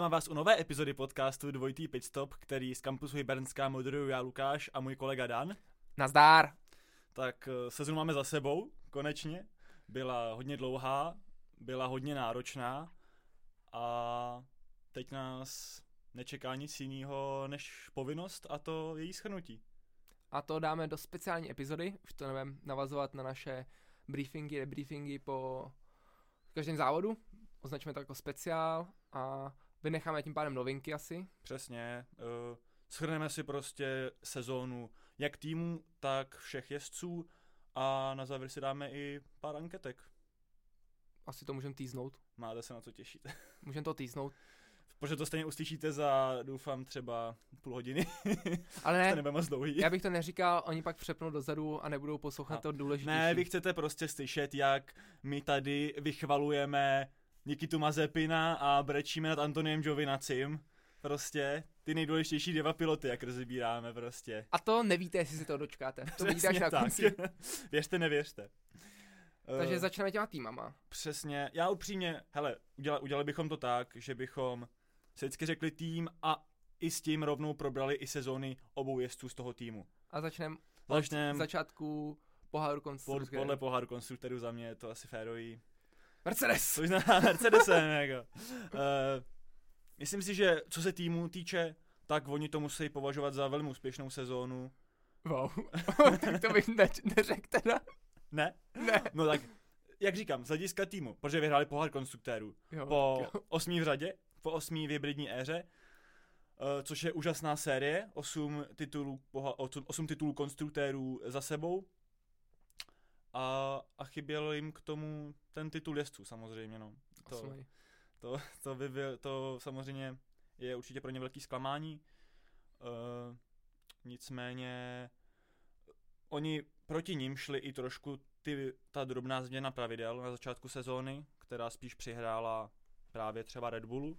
Vítám vás u nové epizody podcastu Dvojitý pitstop, který z kampusu Hybernská moderuju já Lukáš a můj kolega Dan. Nazdár! Tak sezonu máme za sebou, konečně. Byla hodně dlouhá, byla hodně náročná a teď nás nečeká nic jiného než povinnost, a to její shrnutí. A to dáme do speciální epizody, už to nebudeme navazovat na naše briefingy, debriefingy po každém závodu. Označíme to jako speciál a vynecháme tím pádem novinky asi. Přesně, shrneme si prostě sezónu jak týmu, tak všech jezdců a na závěr si dáme i pár anketek. Asi to můžeme týznout. Máte se na co těšit. Můžeme to týznout. Protože to stejně uslyšíte za, doufám, třeba půl hodiny. Ale ne, to nebude moc dlouhý. Já bych to neříkal, oni pak přepnou dozadu a nebudou poslouchat to důležitější. Ne, vy chcete prostě slyšet, jak my tady vychvalujeme Nikitu Mazepina a brečíme nad Antoniem Giovinazim. Prostě ty nejdůležitější dva piloty, jak rozebíráme prostě. A to nevíte, jestli si to dočkáte. To vidíte až na konci. Věřte, nevěřte. Takže začneme těma týmama. Přesně. Já upřímně, hele, udělali bychom to tak, že bychom si vždycky řekli tým a i s tím rovnou probrali i sezóny obou jezdců z toho týmu. A začneme od začátku poháru konstruktorů. Podle poháru konstruktorů za mě je to asi férový. Mercedes! To znamená Mercedesem, jako. Myslím si, že co se týmu týče, tak oni to musí považovat za velmi úspěšnou sezónu. Wow, tak to bych neřekl teda. Ne? Ne. No tak, jak říkám, z hlediska týmu, protože vyhráli pohár konstruktérů. Po 8 v řadě, po 8 v hybridní éře, což je úžasná série, 8 titulů konstruktérů za sebou. A chyběl jim k tomu ten titul jezdců samozřejmě, no. To samozřejmě je určitě pro ně velký zklamání. Nicméně oni proti nim šli i trošku ta drobná změna pravidel na začátku sezóny, která spíš přihrála právě třeba Red Bullu.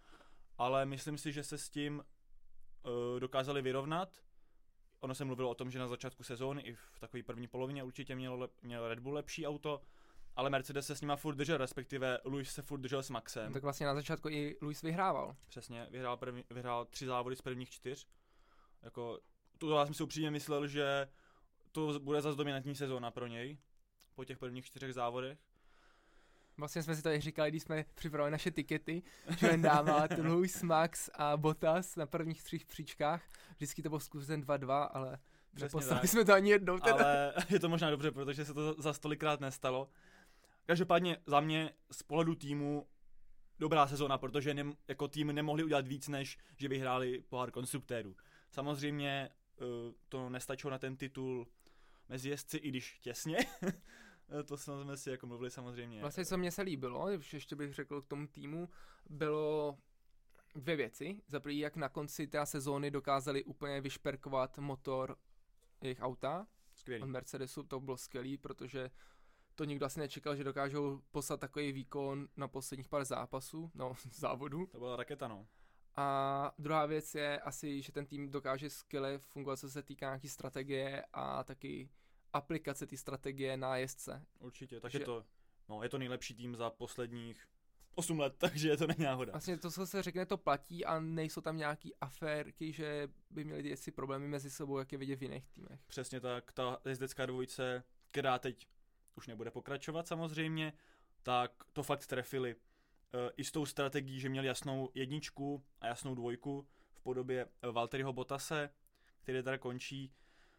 Ale myslím si, že se s tím dokázali vyrovnat. Ono se mluvilo o tom, že na začátku sezóny i v takové první polovině určitě měl Red Bull lepší auto, ale Mercedes se s nima furt držel, respektive Lewis se furt držel s Maxem. No tak vlastně na začátku i Lewis vyhrával. Přesně, vyhrál 3 závody z prvních 4. Jako, já jsem si upřímně myslel, že to bude zase dominantní sezóna pro něj po těch prvních 4 závodech. Vlastně jsme si to i říkali, když jsme připravili naše tikety, že jen dává Lewis, Max a Bottas na prvních 3 příčkách. Vždycky to byl zkusen 2-2, ale neposlali jsme to ani jednou teda. Ale je to možná dobře, protože se to za tolikrát nestalo. Každopádně za mě z pohledu týmu dobrá sezóna, protože jako tým nemohli udělat víc, než že vyhráli pohár konstruktérů. Samozřejmě to nestačilo na ten titul mezi jezdci, i když těsně. To jsme si jako mluvili samozřejmě. Vlastně co mně se líbilo, ještě bych řekl k tomu týmu, bylo 2 věci. Za první, jak na konci té sezóny dokázali úplně vyšperkovat motor jejich auta. Skvělý. Od Mercedesu, to bylo skvělý, protože to nikdo asi nečekal, že dokážou poslat takový výkon na posledních pár závodů. To byla raketa, no. A druhá věc je asi, že ten tým dokáže skvěle fungovat, co se týká nějaký strategie a taky aplikace té strategie na jezdce. Určitě, takže je to nejlepší tým za posledních 8 let, takže to není náhoda. Vlastně to, co se řekne, to platí a nejsou tam nějaký aférky, že by měli jezdci problémy mezi sebou, jak je vidět v jiných týmech. Přesně tak, ta jezdecká dvojice, která teď už nebude pokračovat samozřejmě, tak to fakt trefili. I s tou strategií, že měli jasnou 1 a jasnou 2 v podobě Valtteriho Bottase, který teda končí.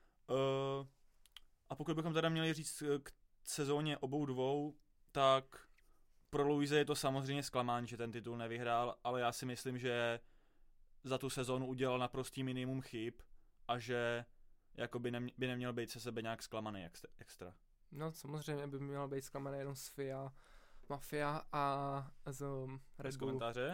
A pokud bychom teda měli říct k sezóně obou dvou, tak pro Luise je to samozřejmě zklamání, že ten titul nevyhrál, ale já si myslím, že za tu sezónu udělal naprostý minimum chyb a že jakoby by neměl být se sebe nějak zklamaný extra. No samozřejmě by měl být zklamaný jenom z FIA, Mafia a z Red Bullu. Komentáře?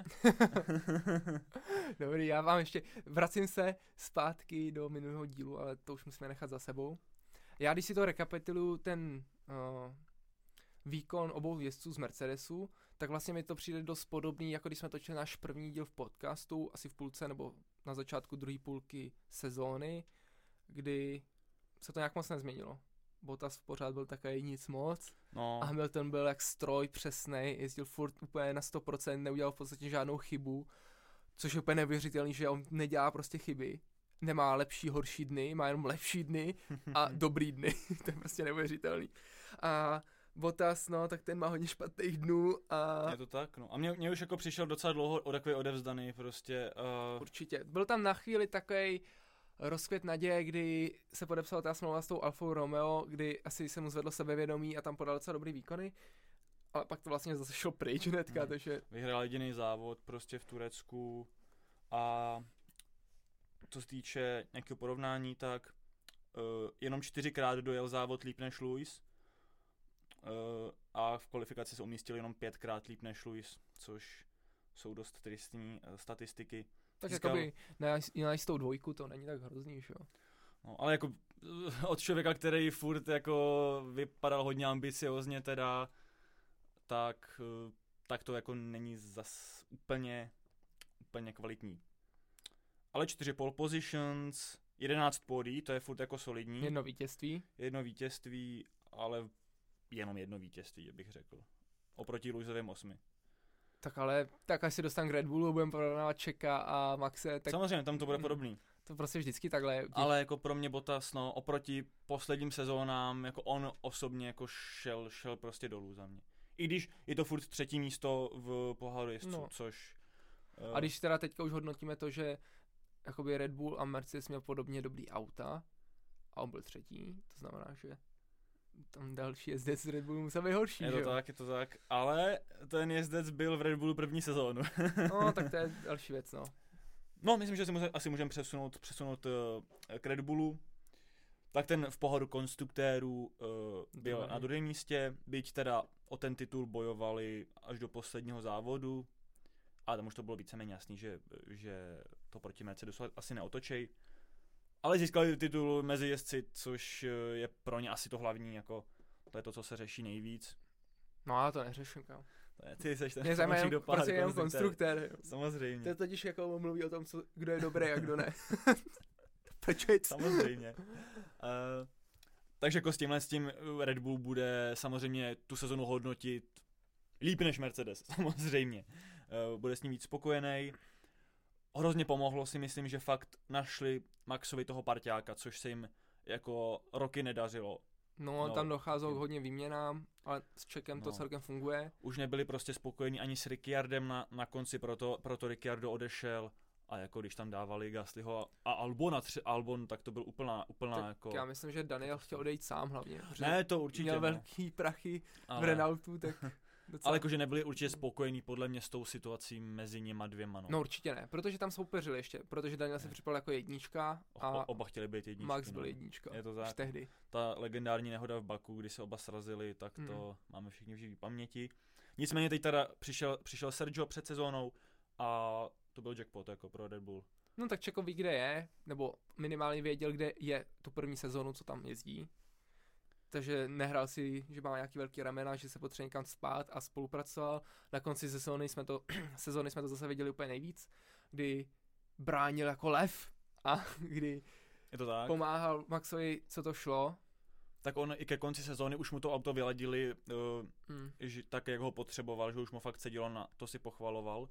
Dobrý, vracím se zpátky do minulého dílu, ale to už musíme nechat za sebou. Já když si to rekapituluju, ten výkon obou jezdců z Mercedesu, tak vlastně mi to přijde dost podobný, jako když jsme točili náš první díl v podcastu, asi v půlce nebo na začátku druhé půlky sezóny, kdy se to nějak moc nezměnilo. Bottas pořád byl takový nic moc. No. A Hamilton byl jak stroj přesnej, jezdil furt úplně na 100%, neudělal v podstatě žádnou chybu. což je úplně neuvěřitelný, že on nedělá prostě chyby, nemá lepší, horší dny, má jenom lepší dny a dobrý dny, to je prostě neuvěřitelný. A Bottas, no, tak ten má hodně špatných dnů a... Je to tak, no. A mě už jako přišel docela dlouho takový odevzdaný prostě. Určitě. Byl tam na chvíli takovej rozkvět naděje, kdy se podepsala ta smlouva s tou Alfou Romeo, kdy asi se mu zvedlo sebevědomí a tam podal docela dobrý výkony, ale pak to vlastně zase šlo pryč hnedka, takže... Vyhrál jediný závod prostě v Turecku a co se týče nějakého porovnání, tak jenom 4krát dojel závod líp než Lewis a v kvalifikaci se umístil jenom 5krát líp než Lewis, což jsou dost tristní statistiky. Tak jakoby na jistou dvojku to není tak hrozný, že jo? No, ale jako od člověka, který furt jako vypadal hodně ambiciozně teda, tak to jako není zas úplně kvalitní. Ale 4 pole positions, 11 pódií, to je furt jako solidní. Jedno vítězství, ale jenom jedno vítězství, bych řekl. Oproti Lewisovým 8. Tak až se dostanu k Red Bullu, budeme porovnávat Čeka a Maxe. Tak... Samozřejmě, tam to bude podobný. To prostě vždycky takhle. Ale jako pro mě Bottas, no, oproti posledním sezónám, jako on osobně jako šel prostě dolů za mě. I když je to furt 3. místo v poháru jezdců, což... A když teda teďka už hodnotíme to, že jakoby Red Bull a Mercedes měl podobně dobrý auta a on byl 3., to znamená, že tam další jezdec z Red Bullu musel být horší, je to tak, ale ten jezdec byl v Red Bullu první sezónu. No, tak to je další věc, no. No, myslím, že asi můžeme přesunout k Red Bullu. Tak ten v pohodu konstruktérů byl na 2. místě, byť teda o ten titul bojovali až do posledního závodu. A tam už to bylo víceméně jasný, že to proti Mercedesu asi neotočej. Ale získali titul mezi jezdci, což je pro ně asi to hlavní, jako to je to, co se řeší nejvíc. No já to neřeším, kámo. Ty seš ten mě zajímá prostě jenom konstruktér. Samozřejmě. To je totiž jako mluví o tom, kdo je dobrý a kdo ne. Počkejte. Samozřejmě. Takže jako s tím Red Bull bude samozřejmě tu sezonu hodnotit líp než Mercedes, samozřejmě. Bude s ním víc spokojený. Hrozně pomohlo si myslím, že fakt našli Maxovi toho parťáka, což se jim jako roky nedařilo. No, tam docházelo k hodně výměnám, ale s Čekem to celkem funguje. Už nebyli prostě spokojení ani s Ricciardem na konci, proto Ricciardo odešel. A jako když tam dávali Gaslyho a Albon, tak to byl úplná tak jako... Já myslím, že Daniel chtěl odejít sám hlavně. Ne, to určitě. Měl velký prachy v Renaultu, tak... Docela. Ale jakože nebyli určitě spokojení podle mě s tou situací mezi nima dvěma. No určitě ne, protože tam soupeřili ještě, protože Daniel se připadal jako 1 a oba chtěli být 1. Max byl 1. Je to tak. Tehdy. Ta legendární nehoda v Baku, kdy se oba srazili, tak to máme všichni v živý paměti. Nicméně teď teda přišel Sergio před sezónou a to byl jackpot jako pro Red Bull. No tak Čeko ví, kde je, nebo minimálně věděl, kde je tu první sezónu, co tam jezdí. Takže nehrál si, že má nějaký velký ramena, že se potřebuje někam spát a spolupracoval. Na konci sezóny jsme to zase viděli úplně nejvíc, kdy bránil jako lev a kdy je to tak. Pomáhal Maxovi, co to šlo. Tak on i ke konci sezóny už mu to auto vyladili, že tak, jak ho potřeboval, že už mu fakt sedělo, to si pochvaloval.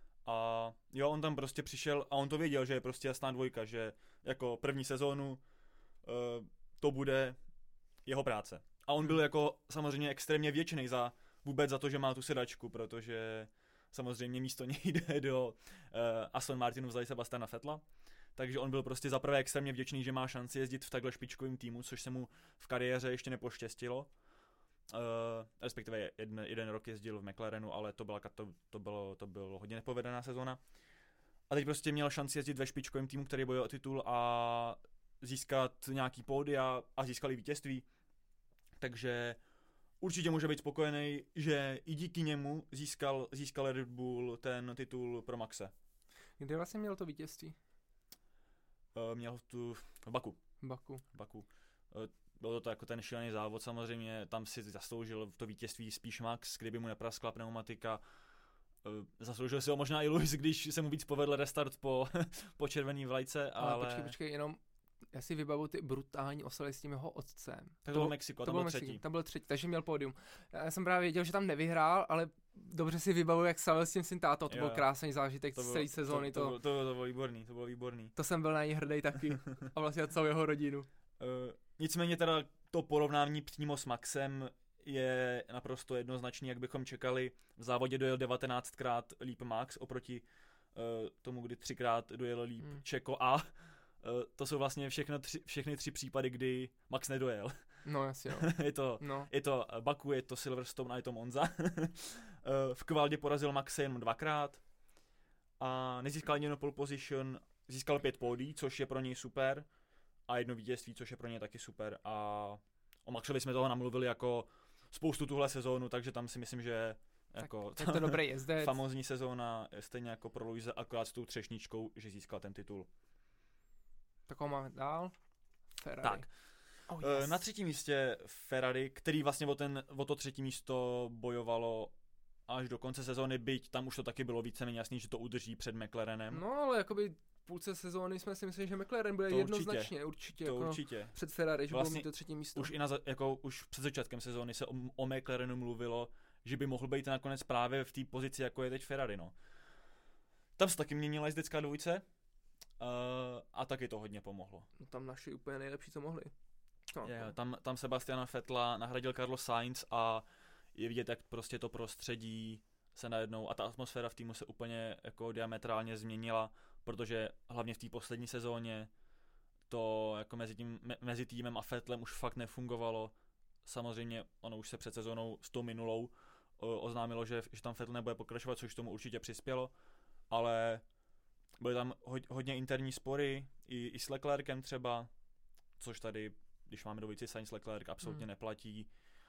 A jo, on tam prostě přišel a on to věděl, že je prostě jasná 2, že jako první sezónu to bude jeho práce. A on byl jako samozřejmě extrémně vděčný za to, že má tu sedačku, protože samozřejmě místo něj jde do Aston Martinu vzali Sebastiana Vettela. Takže on byl prostě zaprvé extrémně vděčný, že má šanci jezdit v takhle špičkovém týmu, což se mu v kariéře ještě nepoštěstilo. Respektive jeden rok jezdil v McLarenu, ale to bylo hodně nepovedená sezona. A teď prostě měl šanci jezdit ve špičkovém týmu, který bojuje o titul a získat nějaký pódia a získali vítězství. Takže určitě může být spokojený, že i díky němu získal Red Bull ten titul pro Maxe. Kde vlastně měl to vítězství? Měl v Baku. Byl to jako ten šílený závod, samozřejmě tam si zasloužil to vítězství spíš Max, kdyby mu nepraskla pneumatika. Zasloužil si ho možná i Lewis, když se mu víc povedl restart po červený vlajce, ale... Počkej, jenom já si vybavu ty brutální oslavy s tím jeho otcem. Tak to byl Mexiko, tam byl třetí. Tam byl třetí, takže měl pódium. Já jsem právě věděl, že tam nevyhrál, ale dobře si vybavuju, jak slavil s tím svým tátou, to byl krásný zážitek z celé sezóny. To bylo výborný, To jsem byl na něj hrdý taky a vlastně celou jeho rodinu. Nicméně teda to porovnání přímo s Maxem je naprosto jednoznačný, jak bychom čekali. V závodě dojel 19krát líp Max oproti tomu, kdy 3krát dojel líp Čeko a to jsou vlastně všechny 3 případy, kdy Max nedojel. No jasně. Je to Baku, je to Silverstone a je to Monza. V Kvaldě porazil Maxe jenom 2krát a nezískal ani jedno pole position, získal 5 pódií, což je pro něj super a 1 vítězství, což je pro něj taky super a o Maxovi jsme toho namluvili jako spoustu tuhle sezónu, takže tam si myslím, že jako je to dobrý jezdec. Famózní sezóna, stejně jako pro Luise, akorát s tou třešničkou, že získal ten titul. Tak ho máme dál. Ferrari. Tak. Yes. Na 3. místě Ferrari, který vlastně o to 3. místo bojovalo až do konce sezóny, byť tam už to taky bylo víceméně jasný, že to udrží před McLarenem. No ale jakoby půlce sezóny jsme si mysleli, že McLaren bude jednoznačně určitě to jako určitě. Před Ferrari, že vlastně budou mít to 3. místo. Už před začátkem sezóny se o McLarenu mluvilo, že by mohl být nakonec právě v té pozici, jako je teď Ferrari, no. Tam se taky měnila jezdecká dvojce a taky to hodně pomohlo. No tam našli úplně nejlepší, co mohli. No, tam Sebastiana Vettela nahradil Carlos Sainz a je vidět, jak prostě to prostředí se najednou a ta atmosféra v týmu se úplně jako diametrálně změnila, protože hlavně v té poslední sezóně to jako mezi týmem a Vettelem už fakt nefungovalo. Samozřejmě ono už se před sezónou s tou minulou oznámilo, že tam Vettel nebude pokračovat, což tomu určitě přispělo, ale byly tam hodně interní spory i s Leclerkem třeba, což tady, když máme dvojici Sainz Leclerc, absolutně neplatí.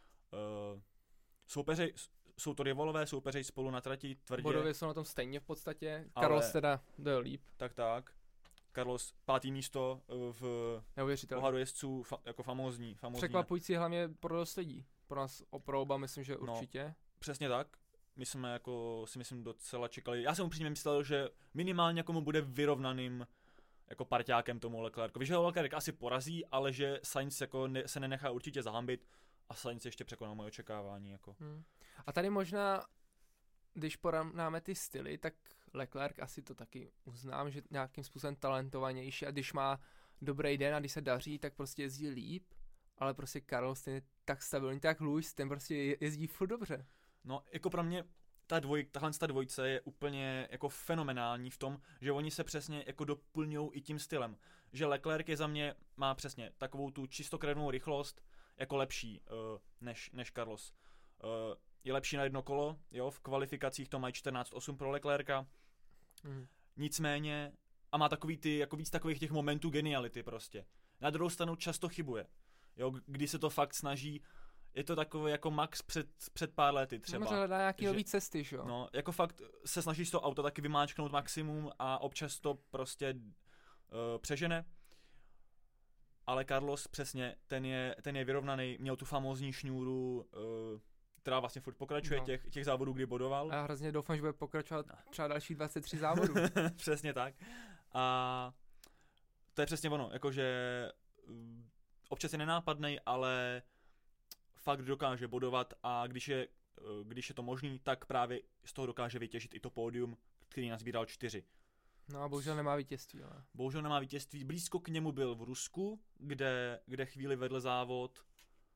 Jsou to rivalové, soupeři spolu na trati tvrdě. Bodově jsou na tom stejně v podstatě, Carlos teda dojel líp. Tak. Carlos 5. místo v pohledu jezdců jako famózní. Překvapující hlavně pro dost lidí. Pro nás, pro oba myslím, že určitě. No, přesně tak. My jsme jako si myslím docela čekali. Já jsem upřímně myslel, že minimálně jako mu bude vyrovnaným jako parťákem tomu Leclercovi. Že ho Leclerc asi porazí, ale že Sainz jako se nenechá určitě zahambit a Sainz ještě překonal moje očekávání. Jako. A tady možná, když porovnáme ty styly, tak Leclerc asi to taky uznám, že nějakým způsobem talentovanější a když má dobrý den a když se daří, tak prostě jezdí líp, ale prostě Carlos ten je tak stabilní, tak Lewis, ten prostě jezdí furt dobře. No, jako pro mě tahle dvojce je úplně jako fenomenální v tom, že oni se přesně jako doplňují i tím stylem. Že Leclerc je za mě, má přesně takovou tu čistokrevnou rychlost, jako lepší než Carlos. Je lepší na jedno kolo, jo, v kvalifikacích to mají 14.8 pro Leclerca. Nicméně, a má takový ty, jako víc takových těch momentů geniality prostě. Na druhou stranu často chybuje, jo, když se to fakt snaží. Je to takové jako Max před pár lety třeba. Možná hledá nějaký nový cesty, jo? No, jako fakt se snaží z toho auta taky vymáčknout maximum a občas to prostě přežene. Ale Carlos přesně, ten je vyrovnaný, měl tu famózní šňůru, která vlastně furt pokračuje těch závodů, kdy bodoval. A já hrozně doufám, že bude pokračovat třeba další 23 závodů. Přesně tak. A to je přesně ono, jakože občas je nenápadnej, ale fakt dokáže bodovat a když je to možný, tak právě z toho dokáže vytěžit i to pódium, který nazbíral 4. No a bohužel nemá vítězství. Ale. Bohužel nemá vítězství. Blízko k němu byl v Rusku, kde chvíli vedl závod.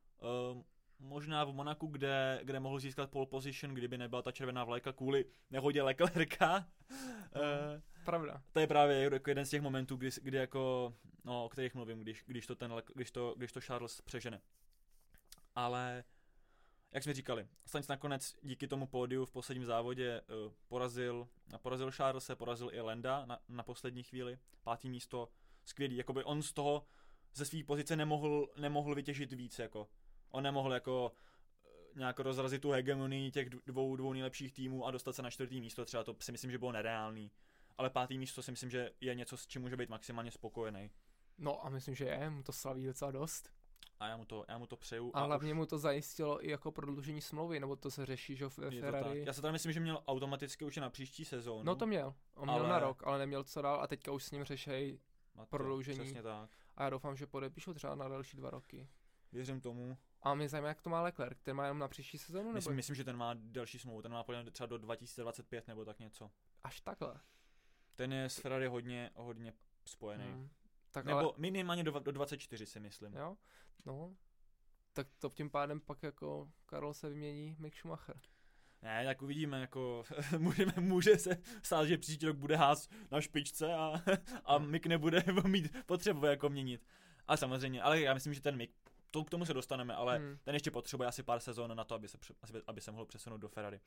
Možná v Monaku, kde mohl získat pole position, kdyby nebyla ta červená vlajka kvůli nehodě Leclerca. Pravda. To je právě jako jeden z těch momentů, kdy jako, no, o kterých mluvím, když to Charles přežene. Ale, jak jsme říkali, Sainz nakonec díky tomu pódiu v posledním závodě porazil Charlese, porazil i Landa na poslední chvíli, 5. místo, skvělý, jakoby on z toho ze své pozice nemohl vytěžit víc, jako. On nemohl jako nějak rozrazit tu hegemonii těch dvou nejlepších týmů a dostat se na 4. místo, třeba to si myslím, že bylo nereálný, ale 5. místo si myslím, že je něco, s čím může být maximálně spokojený. No a myslím, že mu to slaví docela dost. A já mu to přeju. A hlavně mu to zajistilo i jako prodloužení smlouvy, nebo to se řeší, že ve Ferrari. Já se tam myslím, že měl automaticky už na příští sezónu. No to měl. On měl na rok, ale neměl co dál a teďka už s ním řešejí prodloužení. Přesně tak. A já doufám, že podepíšu třeba na další 2 roky. Věřím tomu. A mě zajímá, jak to má Leclerc, ten má jenom na příští sezonu, nebo? Myslím, že ten má další smlouvu, ten má podle mě třeba do 2025 nebo tak něco. Až takhle. Ten je s Ferrari hodně spojený. Tak nebo ale... minimálně do 24 si myslím. Jo, no. Tak to tím pádem pak jako Karol se vymění Mick Schumacher. Ne, tak uvidíme, jako může se stát, že příští rok bude Haas na špičce a Mick nebude mít potřebu jako měnit. Ale samozřejmě, ale já myslím, že ten Mick, k tomu se dostaneme, ale ten ještě potřebuje asi pár sezon na to, aby se mohl přesunout do Ferrari.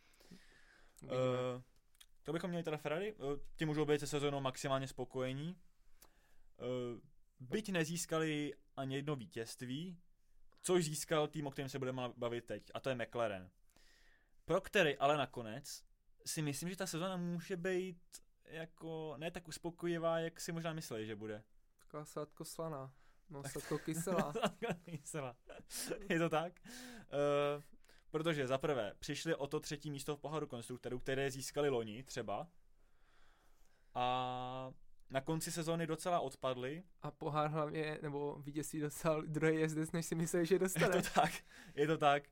To bychom měli teda Ferrari, ti můžou být se sezónou maximálně spokojení. Byť nezískali ani jedno vítězství, což získal tým, o kterém se budeme bavit teď, a to je McLaren. Pro který ale nakonec si myslím, že ta sezóna může být jako ne tak uspokojivá, jak si možná mysleli, že bude. Taková sladko-slaná. No, sladko-kyselá. Sladko-kyselá. Je to tak? Protože za prvé přišli o to 3. místo v poháru konstruktorů, které získali loni třeba. A na konci sezóny docela odpadli. A pohár hlavně, nebo vítězství dostal druhý jezdec, než si mysleli, že dostane. Je to tak.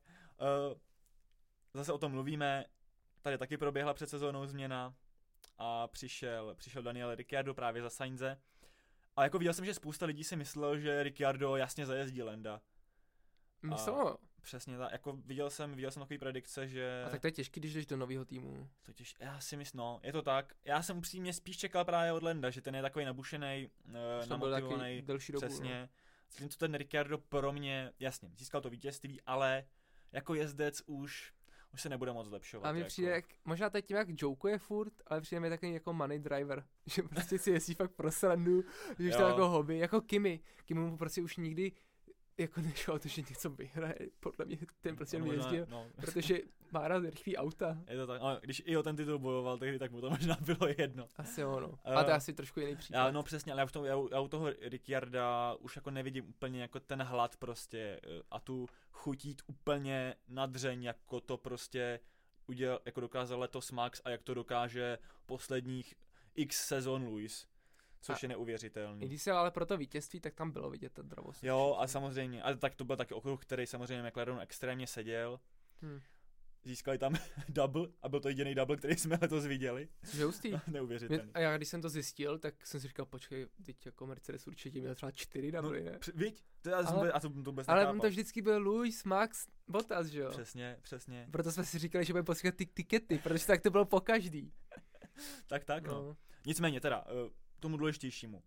Zase o tom mluvíme. Tady taky proběhla před sezónou změna a přišel Daniel Ricciardo právě za Sainze. A jako viděl jsem, že spousta lidí si myslelo, že Ricciardo jasně zajezdí Landa. Myslel? Přesně tak, jako viděl jsem takový predikce, že... A tak to je těžký, když jdeš do nového týmu. Já si myslím, no, je to tak. Já jsem upřímně spíš čekal právě od Landa, že ten je takový nabušenej, namotivovaný, přesně. Zatímco ten Ricciardo pro mě, jasně, získal to vítězství, ale jako jezdec už se nebude moc zlepšovat. A mi přijde, možná teď tím, jak jokuje furt, ale přijde mi takový jako money driver, že prostě si jezdí fakt pro srandu, že už to jako hobby, jako Kimi mu prostě už nikdy jako nešlo to, že něco vyhraje, podle mě ten prostě jezdil, protože má rád rychlý auta. Je to tak, ale když i o ten titul bojoval, tak mu to možná bylo jedno. Asi ono, a to je asi trošku jiný případ. No přesně, ale já u toho Ricciarda už jako nevidím úplně jako ten hlad prostě a tu chutít úplně na dřeň, jako to prostě jako dokázal letos Max a jak to dokáže posledních x sezon Lewis. Což je neuvěřitelný. I když se ale pro to vítězství, tak tam bylo vidět ta dravost. Jo, a samozřejmě, ale tak to byl taky okruh, který samozřejmě McLarenu extrémně seděl. Získali tam double a byl to jediný double, který jsme letos viděli. Hustý. Neuvěřitelný. A já když jsem to zjistil, tak jsem si říkal, počkej, teď jako Mercedes určitě měl třeba 4 double, ne? Viď? To vůbec ale to vždycky byl Lewis, Max, Bottas, že jo? Přesně. Proto jsme si říkali, že budeme posílat ty tikety, protože tak to bylo po každý. tak, no. Nicméně teda, tomu důležitějšímu.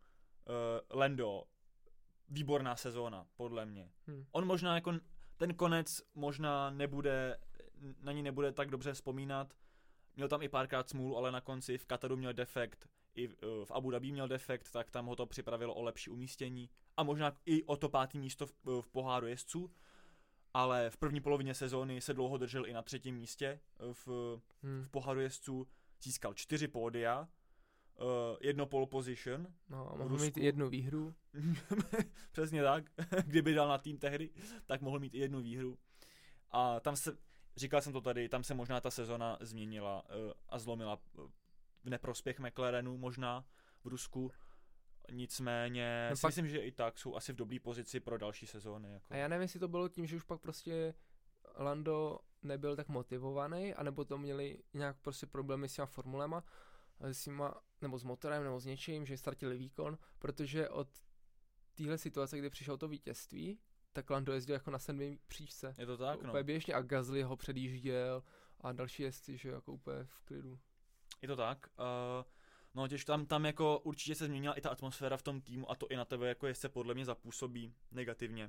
Lando, výborná sezóna, podle mě. On možná jako ten konec možná na ní nebude tak dobře vzpomínat. Měl tam i párkrát smůlu, ale na konci v Kataru měl defekt, i v Abu Dhabi měl defekt, tak tam ho to připravilo o lepší umístění. A možná i o to 5. místo v poháru jezdců. Ale v první polovině sezóny se dlouho držel i na 3. místě v poháru jezdců. Získal 4 pódia. Jedno pole position. No, a mohl mít jednu výhru. Přesně tak. Kdyby dal na tým tehdy, tak mohl mít i jednu výhru. A říkal jsem to tady, tam se možná ta sezona změnila a zlomila v neprospěch McLarenu možná v Rusku. Nicméně myslím, že i tak jsou asi v dobré pozici pro další sezóny. Jako. A já nevím, jestli to bylo tím, že už pak prostě Lando nebyl tak motivovaný, anebo to měli nějak prostě problémy s těma formulema, nebo s motorem, nebo s něčím, že ztratili výkon, protože od téhle situace, kdy přišlo to vítězství, tak Lando jezdil jako na 7. příčce. Je to tak, to úplně běžně a Gasly ho předjížděl a další jezdci, že jako úplně v klidu. Je to tak. No těž tam jako určitě se změnila i ta atmosféra v tom týmu a to i na tebe jako jezdce podle mě zapůsobí negativně.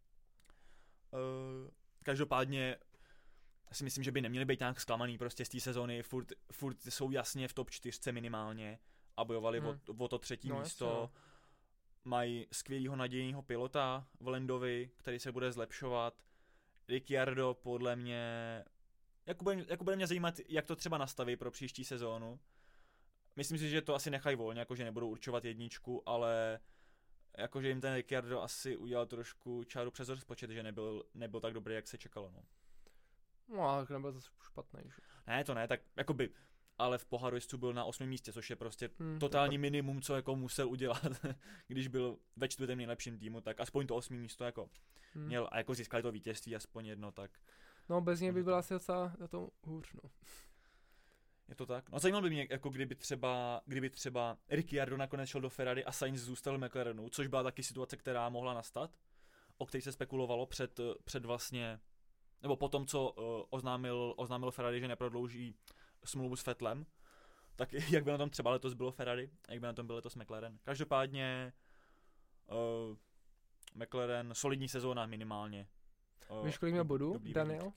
Každopádně si myslím, že by neměli být nějak zklamaný prostě z té sezóny, furt jsou jasně v top 4 minimálně a bojovali o to 3. místo. Mají skvělýho nadějného pilota v Landovi, který se bude zlepšovat. Ricciardo podle mě, jako bude mě zajímat, jak to třeba nastaví pro příští sezónu. Myslím si, že to asi nechají volně, jakože nebudou určovat jedničku, ale jakože jim ten Ricciardo asi udělal trošku čáru přes rozpočet, že nebyl tak dobrý, jak se čekalo. No, ale nebyl to špatný, že? Ne, to ne, tak jakoby ale v poháru jezdců byl na 8. místě, což je prostě totální minimum, co jako musel udělat, když byl ve 4. nejlepším týmu, tak aspoň to 8. místo jako měl a jako získali to vítězství aspoň jedno, tak. No bez něj by byla asi docela na tom hůř, no. Je to tak? No zajímalo by mě, jako kdyby třeba Ricciardo nakonec šel do Ferrari a Sainz zůstal v McLarenu, což byla taky situace, která mohla nastat, o které se spekulovalo před vlastně, nebo potom, co oznámil Ferrari, že neprodlouží smlouvu s Vettelem, tak jak by na tom třeba letos bylo Ferrari, jak by na tom byl letos McLaren. Každopádně McLaren solidní sezóna minimálně. Víš, kolik měl bodů, Daniel?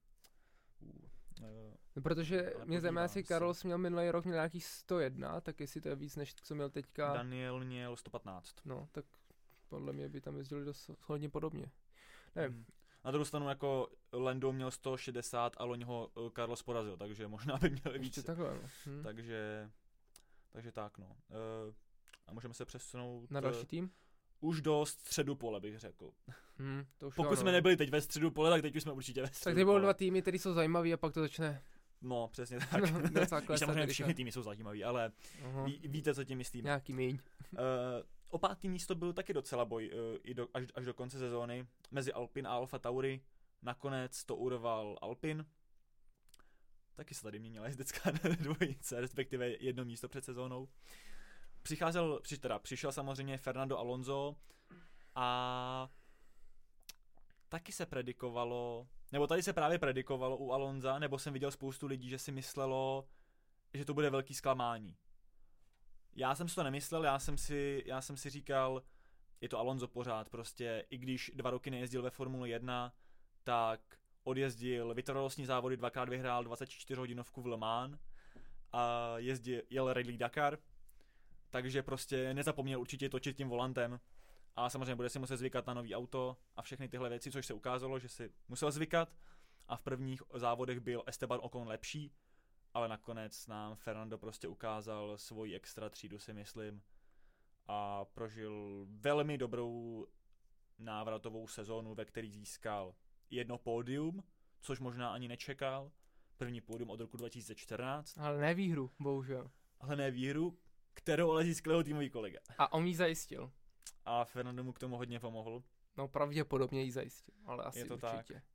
Protože mě zajímá, jestli Carlos měl minulý rok nějaký 101, tak jestli to je víc, než co měl teďka. Daniel měl 115. No, tak podle mě by tam jezdili dost hodně podobně. Nevím. Na druhou stranu jako Lando měl 160 a loni ho Carlos porazil, takže možná by měl víc. Takhle, no. Takže tak no. A můžeme se přesunout na další tým? Už do středu pole, bych řekl. To už pokud jsme nebyli teď ve středu pole, tak teď už jsme určitě ve středu tak teď budou 2 týmy, které jsou zajímavé a pak to začne. No, přesně tak. No, samozřejmě všichni týmy jsou zajímavý, ale víte, co tím myslím. Nějaký míň. O 5. místo byl taky docela boj až do konce sezóny mezi Alpine a Alfa Tauri. Nakonec to urval Alpine. Taky se tady měnila jezdecká dvojice, respektive 1 místo před sezónou. Přišel samozřejmě Fernando Alonso a taky se predikovalo, nebo tady se právě predikovalo u Alonza, nebo jsem viděl spoustu lidí, že si myslelo, že to bude velký zklamání. Já jsem si to nemyslel, já jsem si říkal, je to Alonso pořád, prostě i když 2 roky nejezdil ve Formule 1, tak odjezdil vytrvalostní závody, 2krát vyhrál 24hodinovku v Le Mans a jel Rally Dakar, takže prostě nezapomněl určitě točit tím volantem a samozřejmě bude si muset zvykat na nový auto a všechny tyhle věci, což se ukázalo, že si musel zvykat a v prvních závodech byl Esteban Ocon lepší, ale nakonec nám Fernando prostě ukázal svoji extra třídu, si myslím, a prožil velmi dobrou návratovou sezónu, ve který získal 1 pódium, což možná ani nečekal, první pódium od roku 2014. Ale ne výhru, bohužel. Ale ne výhru, kterou ale získal jeho týmový kolega. A on ji zajistil. A Fernando mu k tomu hodně pomohl. No pravděpodobně ji zajistil, ale asi je to určitě. Tak.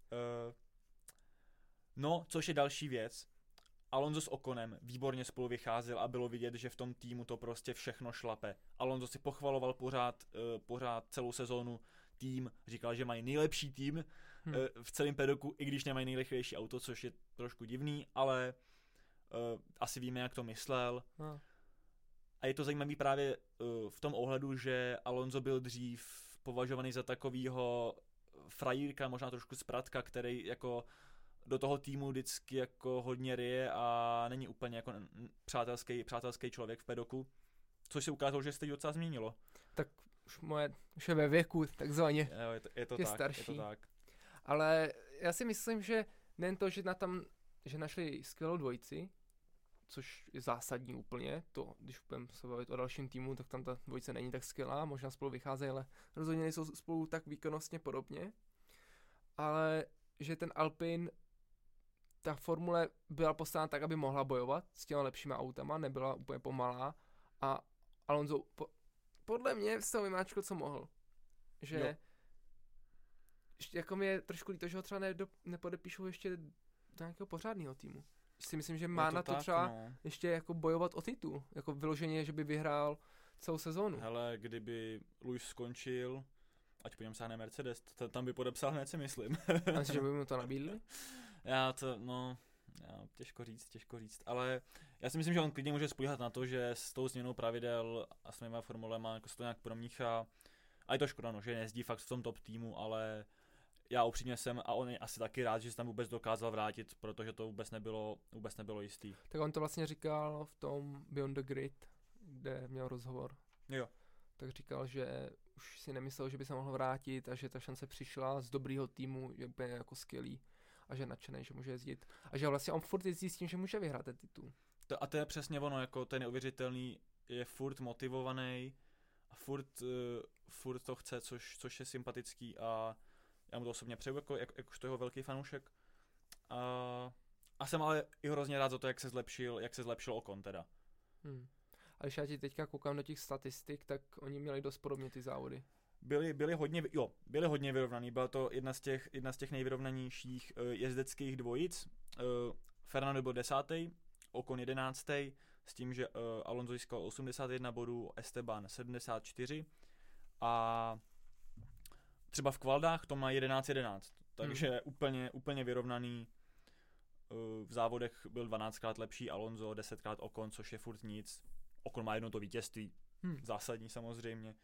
No, což je další věc. Alonso s Oconem výborně spolu vycházel a bylo vidět, že v tom týmu to prostě všechno šlape. Alonso si pochvaloval pořád celou sezónu tým, říkal, že mají nejlepší tým v celém pedoku, i když nemají nejrychlejší auto, což je trošku divný, ale asi víme, jak to myslel. A je to zajímavý právě v tom ohledu, že Alonso byl dřív považovaný za takovýho frajírka, možná trošku zpratka, který jako do toho týmu vždycky jako hodně ryje a není úplně jako přátelský člověk v pedoku, což se ukázalo, že se teď docela změnilo. Tak už je ve věku, takzvaně. Jo, je to tak. Ale já si myslím, že nejen to, že našli skvělou dvojici, což je zásadní úplně, to, když budeme se bavit o dalším týmu, tak tam ta dvojice není tak skvělá, možná spolu vycházejí, ale rozhodně nejsou spolu tak výkonnostně podobně, ale že ten Alpine, ta formule byla postavena tak, aby mohla bojovat s těma lepšíma autama, nebyla úplně pomalá a Alonso podle mě z toho vymáčkl, co mohl. Že jako mi je trošku líto, že ho třeba nepodepíšou ještě do nějakého pořádného týmu. Si myslím, že má na to tak, třeba ještě jako bojovat o titul. Jako vyloženě, že by vyhrál celou sezónu. Hele, kdyby Lewis skončil, ať po něm sáhne Mercedes, tam by podepsal hned, si myslím. A myslíš, že by mu to nabídli? Těžko říct, ale já si myslím, že on klidně může spolíhat na to, že s tou změnou pravidel a s těma formulema jako se to nějak promíchá. A je to škoda, že nejezdí fakt v tom top týmu, ale já upřímně jsem a on je asi taky rád, že se tam vůbec dokázal vrátit, protože to vůbec nebylo jistý. Tak on to vlastně říkal v tom Beyond the Grid, kde měl rozhovor. Jo. Tak říkal, že už si nemyslel, že by se mohl vrátit a že ta šance přišla z dobrýho týmu, je úplně jako skvělý a že je nadšenej, že může jezdit. A že vlastně on furt jezdí s tím, že může vyhrát ten titul. A to je přesně ono, jako ten neuvěřitelný, je furt motivovaný a furt to chce, což je sympatický a já mu to osobně přeju, jako už to jeho velký fanoušek. A jsem ale i hrozně rád za to, jak se zlepšil Ocon teda. A když já ti teďka koukám do těch statistik, tak oni měli dost podobně ty závody. Byli hodně vyrovnaný, byla to jedna z těch nejvyrovnanějších jezdeckých dvojic. Fernando byl 10., Ocon 11., s tím, že Alonso získal 81 bodů, Esteban 74 a třeba v kvaldách to má 11-11, takže úplně vyrovnaný. V závodech byl 12krát lepší Alonso, 10krát Ocon, což je furt nic. Ocon má jedno to vítězství, zásadní samozřejmě.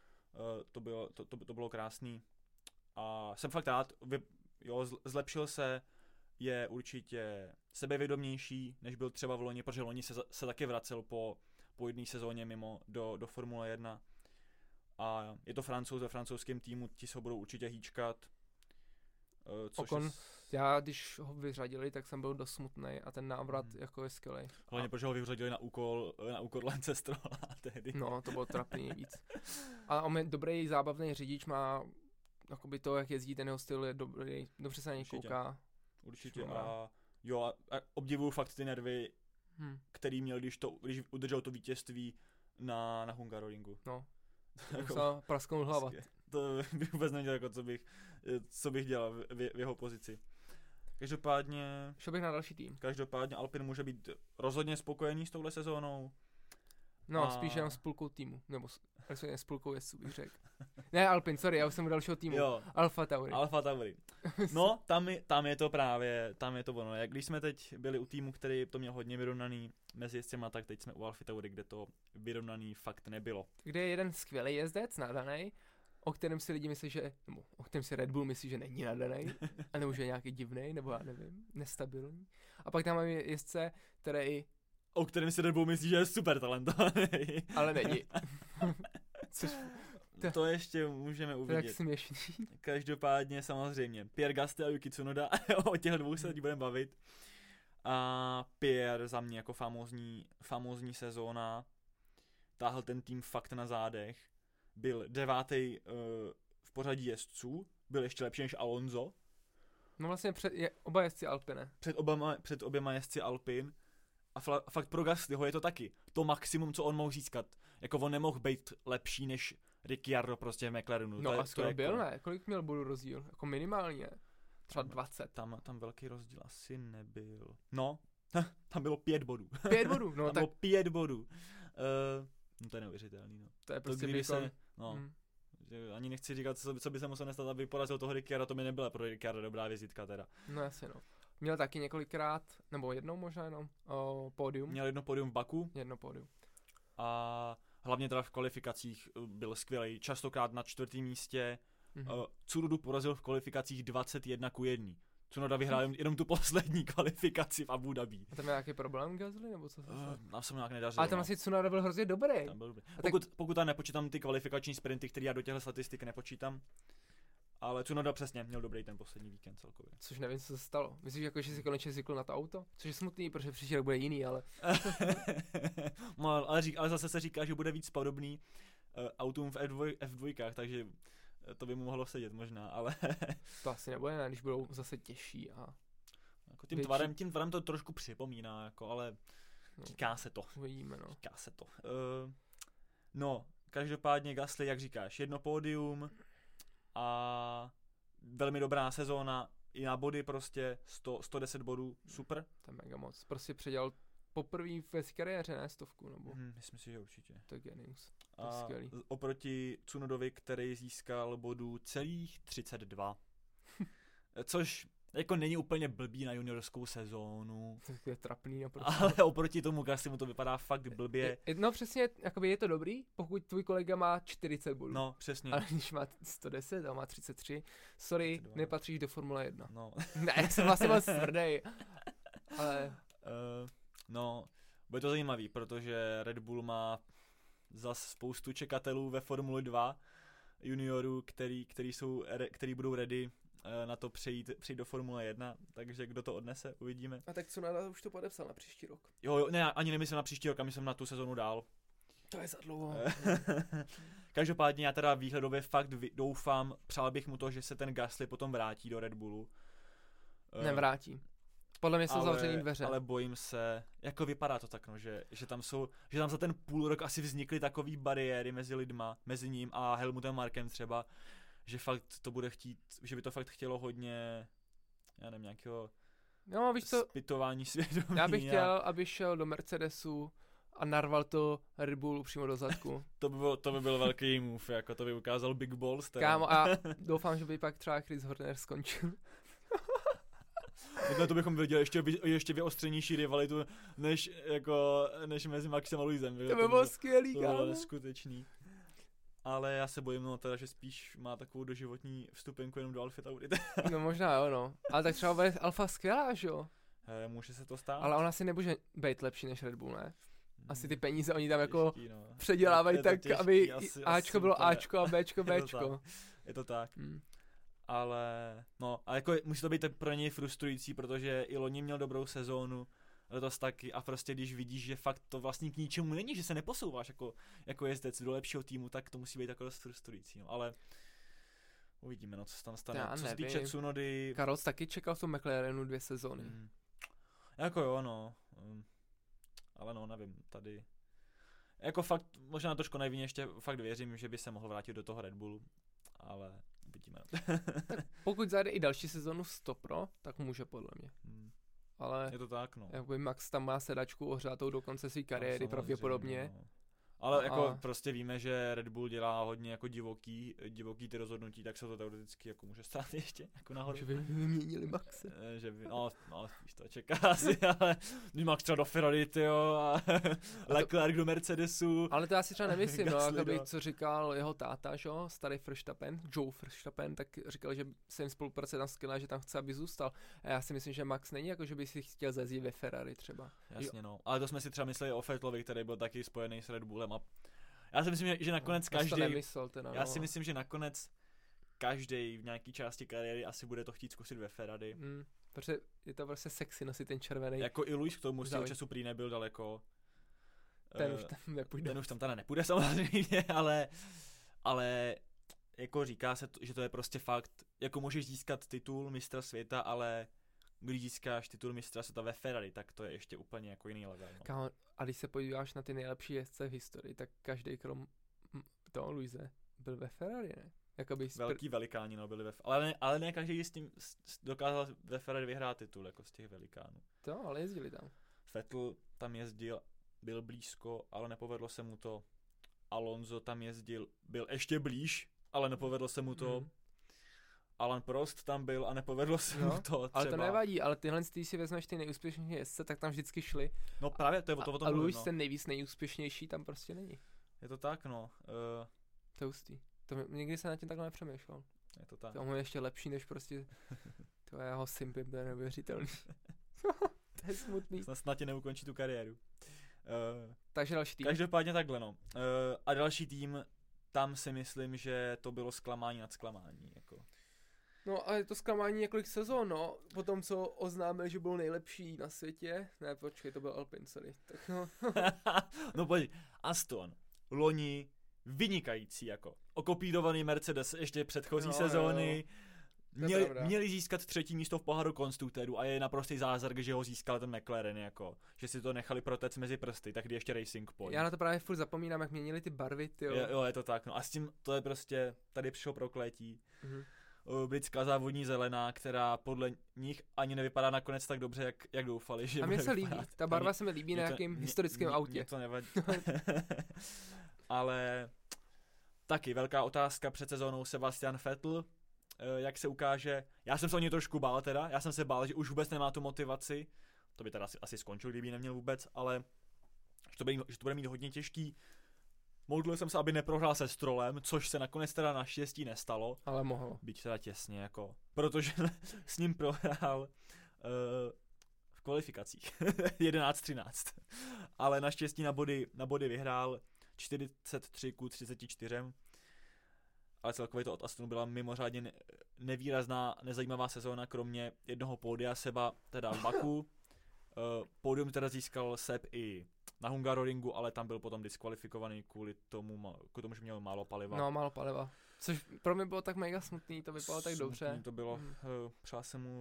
To bylo krásný. A jsem fakt rád, zlepšil se, je určitě sebevědomější, než byl třeba v loni, protože loni se taky vracel po jedné sezóně mimo do Formule 1. A je to Francouz ve francouzském týmu, ti se ho budou určitě hýčkat. Ocon, já když ho vyřadili, tak jsem byl dost smutnej a ten návrat jako je skvělej. Hlavně protože ho vyřadili na úkor Lance Strolla tehdy. No, to bylo trapný víc. A on je dobrý zábavný řidič, má jakoby to, jak jezdí, ten jeho styl je dobrý, dobře se na něj kouká. Určitě a obdivuju fakt ty nervy, který měl, když udržel to vítězství na Hungaroringu. No, musel prasknout hlava. To bych vůbec nevěděl, jako co bych dělal v jeho pozici. Každopádně... Šel bych na další tým. Každopádně Alpine může být rozhodně spokojený s touhle sezónou. No, spíš jenom s půlkou týmu, nebo s půlkou jezdců bych řekl. Ne, Alpine, sorry, já už jsem u dalšího týmu. Jo. Alfa Tauri. No, tam je to právě, tam je to ono. Jak když jsme teď byli u týmu, který to měl hodně vyrovnaný mezi jezdcema, tak teď jsme u Alfa Tauri, kde to vyrovnaný fakt nebylo. Kde je jeden skvělý jezdec, nadanej, o kterém si lidi myslí, nebo o kterém si Red Bull myslí, že není nadanej, anebo že je nějaký divnej, nebo já nevím, nestabilní. A pak tam máme jezdce, který o kterém si Red Bull myslí, že je super talentovaný. Ale není. To ještě můžeme uvidět. Tak směšný. Každopádně samozřejmě Pierre Gasly a Yuki Tsunoda, o těch dvou se teď budeme bavit. A Pierre za mě jako famózní sezóna, táhl ten tým fakt na zádech, byl 9. v pořadí jezdců, byl ještě lepší než Alonso. No vlastně oba jezdci Alpine. Před oběma jezdci Alpine. A fakt pro Gaslyho je to taky to maximum, co on mohl získat. Jako on nemohl být lepší než Ricciardo prostě v McLarenu. No a skoro byl, ne? Kolik měl bodů rozdíl? Jako minimálně. Třeba 20. Tam velký rozdíl asi nebyl. No, tam bylo 5 bodů. 5 bodů? No tam tak... bylo 5 bodů. No to je neuvěřitelný, no. To je prostě výkon. Ani nechci říkat, co by se muselo nestat, aby porazil toho Ricciarda, to by nebyla pro Ricciarda dobrá vizitka teda. No jasně, no. Měl taky několikrát, nebo jednou možná jenom, pódium. Měl jedno pódium v Baku. Jedno pódium. A hlavně teda v kvalifikacích byl skvělý. Častokrát na 4. místě. Tsunodu porazil v kvalifikacích 21-1. Tsunoda vyhrál jenom tu poslední kvalifikaci v Abu Dhabi. A tam je nějaký problém Gasly, nebo co se stalo? Nám se mu nějak nedařilo. Ale tam asi Tsunoda byl hrozně dobrý. Tam byl dobrý. Pokud tam nepočítám ty kvalifikační sprinty, které já do těchto statistik nepočítám. Ale Tsunoda přesně měl dobrý ten poslední víkend celkově. Což nevím, co se stalo. Myslíš, jako, že si konečně zvykl na to auto? Což je smutný, protože příští rok bude jiný, ale... No, ale zase se říká, že bude víc podobný autům v F2, takže to by mu mohlo sedět možná, ale... To asi nebude, ne, když budou zase těžší a... Jako tím tvarem to trošku připomíná, jako, ale říká se to. Uvidíme, no. Říká se to. No, každopádně Gasly, jak říkáš, jedno pódium a velmi dobrá sezóna, i na body prostě, 110 bodů, super. To je mega moc, prostě předělal poprvé ve kariéře, ne 100, nebo? Myslím si, že určitě. To je genius, to je skvělý. Oproti Tsunodovi, který získal bodů celých 32. Což jako není úplně blbý na juniorskou sezónu. To je trapný naprosto. Ale oproti tomu Gaslymu to vypadá fakt blbě. No přesně, jakoby je to dobrý, pokud tvůj kolega má 40 bodů. No, přesně. Ale když má 110 a má 33, sorry, 32. Nepatříš do Formule 1. No. Ne, já jsem vlastně moc tvrdý. Ale... No, bude to zajímavý, protože Red Bull má zas spoustu čekatelů ve Formule 2 juniorů, který budou ready na to přejít do Formule 1, takže kdo to odnese, uvidíme. A tak Tsunoda už to podepsal na příští rok. Jo, ne, ani nemyslím na příští rok, a myslím na tu sezonu dál. To je za dlouho. Každopádně já teda výhledově fakt doufám, přál bych mu to, že se ten Gasly potom vrátí do Red Bullu. Nevrátí. Podle mě jsou zavřený dveře. Ale bojím se, jako vypadá to tak, no, že tam za ten půl rok asi vznikly takový bariéry mezi lidma, mezi ním a Helmutem Markem třeba, že fakt to bude chtít, že by to fakt chtělo hodně, já nevím, nějakého zpytování svědomí. Já bych chtěl, aby šel do Mercedesu a narval to Red Bullu přímo do zadku. To by byl velký move, jako to by ukázal Big Balls. Kámo, a doufám, že by pak třeba Chris Horner skončil. To bychom viděli ještě vyostřenější rivalitu, než mezi Maxem a Luisem. To by bylo skvělý, kámo. To bylo neskutečný. Ale já se bojím, no teda, že spíš má takovou doživotní vstupenku jenom do Alfy Tauri. No možná jo, no. Ale tak třeba bude Alfa skvělá, že jo? Může se to stát. Ale ona si nemůže být lepší než Red Bull, ne? Asi ty peníze oni tam jako těžký, no. předělávají tak, těžký, aby Ačko bylo úplně. Ačko a Bčko Bčko. Je to tak. Ale, no, a jako musí to být pro něj frustrující, protože i loni měl dobrou sezónu, letos taky, a prostě když vidíš, že fakt to vlastně k ničemu není, že se neposouváš jako jezdec do lepšího týmu, tak to musí být jako dost frustrující, no, ale uvidíme, no, co se tam stane. Já co se týče Tsunody... Karol taky čekal v tom McLarenu 2 sezóny. Jako jo, no, ale no, nevím, tady... Jako fakt, možná trošku nejvíně ještě fakt věřím, že by se mohl vrátit do toho Red Bullu, ale uvidíme. Tak pokud zajde i další sezonu Stopro, tak může podle mě. Ale je to tak, no. Jakoby Max tam má sedačku ohřátou do konce své kariéry pravděpodobně. No. Ale jako prostě víme, že Red Bull dělá hodně jako divoký ty rozhodnutí, tak se to teoreticky jako může stát ještě jako nahoru. Že by vyměnili Maxe. No, spíš to čeká asi, ale Max třeba do Ferrari, tyjo, a Leclerc do Mercedesu. Ale to já si třeba nemyslím, no, jakoby, co říkal jeho táta, že? Starý Verstappen, Joe Verstappen, tak říkal, že se jim spolupráce tam skvělá, že tam chce, aby zůstal. A já si myslím, že Max není jako, že by si chtěl zazdít ve Ferrari třeba. Jasně, no. Ale to jsme si třeba mysleli o Vettlovi, který byl taky spojený s Red Bullem. A já si myslím, že nakonec každý. Já si myslím, že nakonec každý v nějaký části kariéry asi bude to chtít zkusit ve Ferrari. Protože je to prostě sexy nosit ten červený. Jako i Luis k tomu svého času prý nebyl daleko. Ten už tam nepůjde. Ten už tam teda nepůjde samozřejmě, ale jako říká se, že to je prostě fakt, jako můžeš získat titul mistra světa, ale když získáš titul mistra světa ve Ferrari, tak to je ještě úplně jako jiný level. No. A když se podíváš na ty nejlepší jezdce v historii, tak každý krom toho Luise byl ve Ferrari, ne? Jakoby velký velikáni, no, byli ve Ferrari, ale ne každý s tím dokázal ve Ferrari vyhrát titul, jako z těch velikánů. To, ale jezdili tam. Vettel tam jezdil, byl blízko, ale nepovedlo se mu to. Alonso tam jezdil, byl ještě blíž, ale nepovedlo se mu to. Alan Prost tam byl a nepovedlo se mu to třeba. Ale to nevadí, ale tyhle, když si vezmeš ty nejúspěšnější jezdce, tak tam vždycky šli. No právě, to je o tom. A Luis ten nejvíc nejúspěšnější tam prostě není. Je to tak, no. To je hustý. Nikdy se na tím takhle nepřemýšlel. Je to tak. To je ještě lepší, než prostě to je jeho simpy, to je neuvěřitelný. To je smutný. Snad tě neukončí tu kariéru. Takže další tým. Každopádně takhle, no. A další tým, tam si myslím, že to bylo zklamání nad zklamání, jako. No a je to zklamání několik sezon, no. Potom, co oznámil, že byl nejlepší na světě. Ne, počkej, to byl Alpine, sorry. Tak no. No pojď, Aston, loni, vynikající, jako. Okopírovaný Mercedes ještě předchozí sezóny. Měli získat 3. místo v poháru konstruktorů a je naprostý zázrak, že ho získal ten McLaren, jako. Že si to nechali protect mezi prsty, tak ještě Racing Point. Já na to právě furt zapomínám, jak měnili ty barvy, tyjo. Jo, je to tak, no a s tím to je prostě, tady přišlo prokletí. Britská závodní zelená, která podle nich ani nevypadá nakonec tak dobře, jak doufali, že. A mně se líbí, ta barva se mi líbí na nějakým historickém autě. Mě to nevadí. Ale taky velká otázka před sezónou Sebastian Vettel, jak se ukáže. Já jsem se o něj trošku bál teda, já jsem se bál, že už vůbec nemá tu motivaci, to by teda asi skončil, kdyby neměl vůbec, ale že to bude mít hodně těžký. Modlil jsem se, aby neprohrál se Strollem, což se nakonec teda naštěstí nestalo. Ale mohl. Byť teda těsně, jako, protože s ním prohrál v kvalifikacích 11-13. Ale naštěstí na body vyhrál 43-34. Ale celkově to od Astonu byla mimořádně nevýrazná, nezajímavá sezóna, kromě jednoho pódia Seba, teda v Baku. Pódium teda získal Seb i na Hungaroringu, ale tam byl potom diskvalifikovaný kvůli tomu, že měl málo paliva. No, málo paliva. Což pro mě bylo tak mega smutný, to vypadalo tak dobře. To bylo, přál jsem mu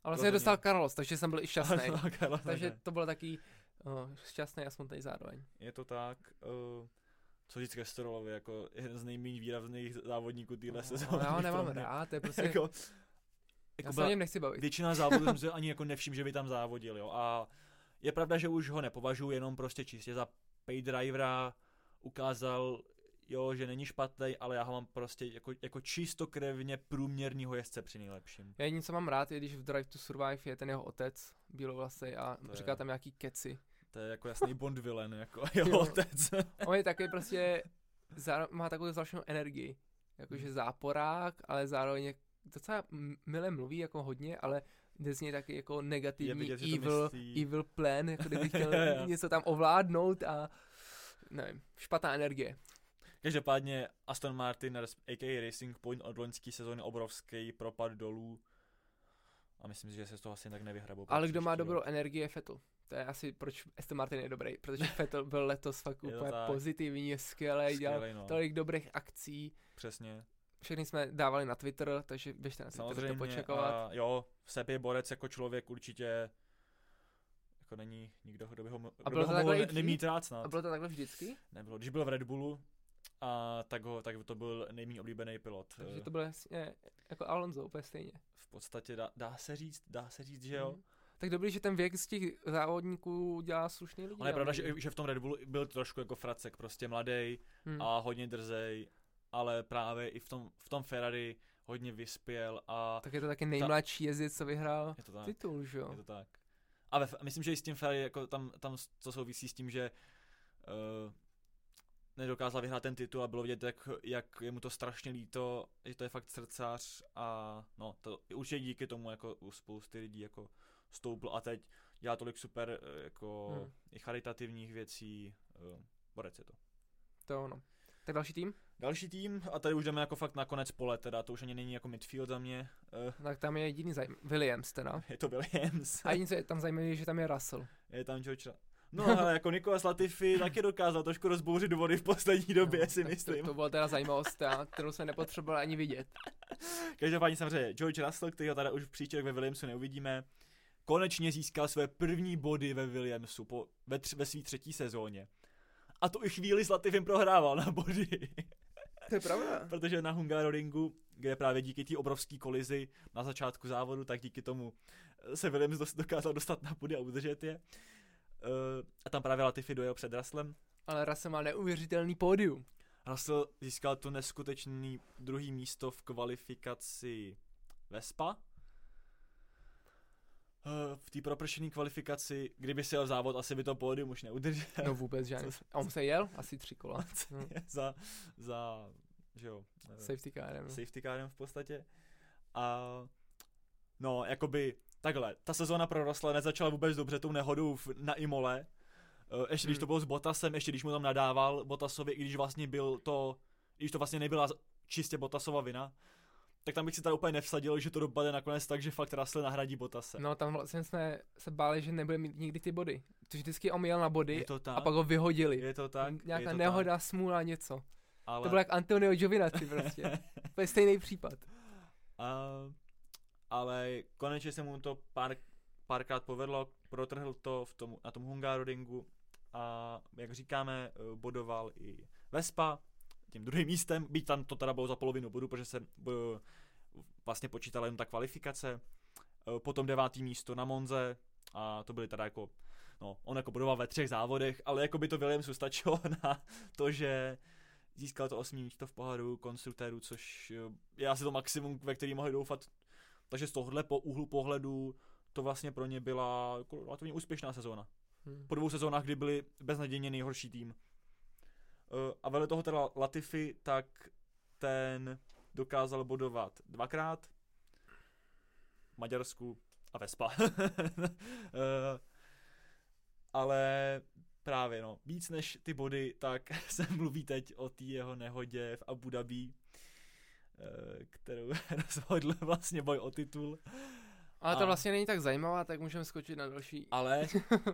A vlastně dostal Carlos, takže jsem byl i šťastný. Takže ne. to bylo taky šťastný a smutný zároveň. Je to tak. Co říct ke Strollovi, jako jeden z nejméně výrazných závodníků téhle sezóny. Já ho nemám rád, to je prostě... Jako já se o něm nechci bavit. Většina závodů jsem se ani jako nevšiml, že by tam závodil, jo. A je pravda, že už ho nepovažuji jenom prostě čistě za pay drivera, ukázal, jo, že není špatný, ale já ho mám prostě jako čistokrevně průměrnýho jezdce při nejlepším. Já jediný, co mám rád, je, když v Drive to Survive je ten jeho otec, bílovlasej, a říká tam nějaký keci. To je jako jasný Bond villain, jako jeho otec. On je taky prostě, má takovou zvláštní energii, jakože záporák, ale zároveň docela milé mluví, jako hodně, ale jde z něj taky jako negativní evil plan, jako kdyby chtěl něco tam ovládnout a nevím, špatná energie. Každopádně Aston Martin, a.k.a. Racing Point, od loňské sezóny obrovský propad dolů a myslím si, že se z toho asi tak nevyhrabou. Ale kdo má dobrou energii je Vettel. To je asi proč Aston Martin je dobrý, protože Vettel byl letos fakt úplně pozitivní, skvělý, dělal tolik dobrých akcí. Přesně. Všechny jsme dávali na Twitter, takže běžte na Twitter to počekovat. Jo, Sepp je borec jako člověk určitě, jako není nikdo, kdo by ho mohl nemít rád snad. A bylo to takhle vždycky? Nebylo, když byl v Red Bullu, tak to byl nejméně oblíbený pilot. Takže to bylo jasně, jako Alonso, úplně stejně. V podstatě dá se říct, že jo. Tak dobrý, že ten věk z těch závodníků dělá slušný lidi. Ale je pravda, že v tom Red Bullu byl trošku jako fracek, prostě mladý a hodně drzej, ale právě i v tom Ferrari hodně vyspěl a... Tak je to taky nejmladší jezdec, co vyhrál titul, že jo? Je to tak. A myslím, že i s tím Ferrari, jako tam to souvisí s tím, že nedokázal vyhrát ten titul a bylo vidět, jak je mu to strašně líto, že to je fakt srdcař a no, to určitě díky tomu jako u spousty lidí jako stoupl a teď dělá tolik super jako i charitativních věcí, borec je to. To ono. Tak další tým, a tady už jdeme jako fakt na konec pole, teda to už ani není jako midfield za mě. Tak tam je jediný Williams teda. Je to Williams. A jediný, co je tam zajímavé, že tam je Russell. Je tam George. No ale jako Nicolas Latifi taky dokázal trošku rozbouřit vody v poslední době, si myslím. To byla teda zajímavost, kterou jsme nepotřebovali ani vidět. Každopádně samozřejmě George Russell, kterýho tady už příště ve Williamsu neuvidíme, konečně získal své první body ve Williamsu ve své třetí sezóně. A to i chvíli s Latifim prohrával na body. To je pravda. Protože na Hungaroringu, kde právě díky té obrovské kolizi na začátku závodu, tak díky tomu se Williams dokázal dostat na body a udržet je. A tam právě Latifi dojel před Russellem. Ale Russell má neuvěřitelný pódium. Russell získal to neskutečný druhý místo v kvalifikaci Vespa. V té propršené kvalifikaci, kdyby si jel závod, asi by to pódium už neudržel. No vůbec žádný. A on se jel? Asi 3 kola. za že jo. Safety carem v podstatě. A no, jakoby takhle, ta sezóna pro Russella nezačala vůbec dobře tou nehodou na Imole. Ještě když to bylo s Bottasem, ještě když mu tam nadával Bottasovi, i když vlastně když to vlastně nebyla čistě Bottasova vina, tak tam bych si tady úplně nevsadil, že to dopadne nakonec tak, že fakt Russell nahradí Bottase. No tam vlastně jsme se báli, že nebude mít nikdy ty body. Protože vždycky on jel na body a pak ho vyhodili. Je to tak. Nějaká nehoda, smůla, něco. Ale... To bylo jak Antonio Giovinazzi prostě. To je stejný případ. Ale konečně se mu to párkrát povedlo, protrhl to na tom Hungaroringu a jak říkáme, bodoval i Vespa tím druhým místem, byť tam to teda bylo za polovinu bodu, protože se vlastně počítala jen ta kvalifikace. Potom 9. místo na Monze a to byly teda jako, no, on jako bodoval ve 3 závodech, ale jako by to Williamsu stačilo na to, že získal to 8. místo v poháru konstruktérů, což je asi to maximum, ve který mohli doufat. Takže z tohohle úhlu pohledu to vlastně pro ně byla jako relativně úspěšná sezóna. Po 2 sezónách, kdy byli beznadějně nejhorší tým. A vedle toho teda Latifi, tak ten dokázal bodovat 2krát v Maďarsku a Vespa. Ale právě no, víc než ty body, tak se mluví teď o té jeho nehodě v Abu Dhabi, kterou rozhodl vlastně boj o titul. Ale to vlastně není tak zajímavá, tak můžeme skočit na další. Ale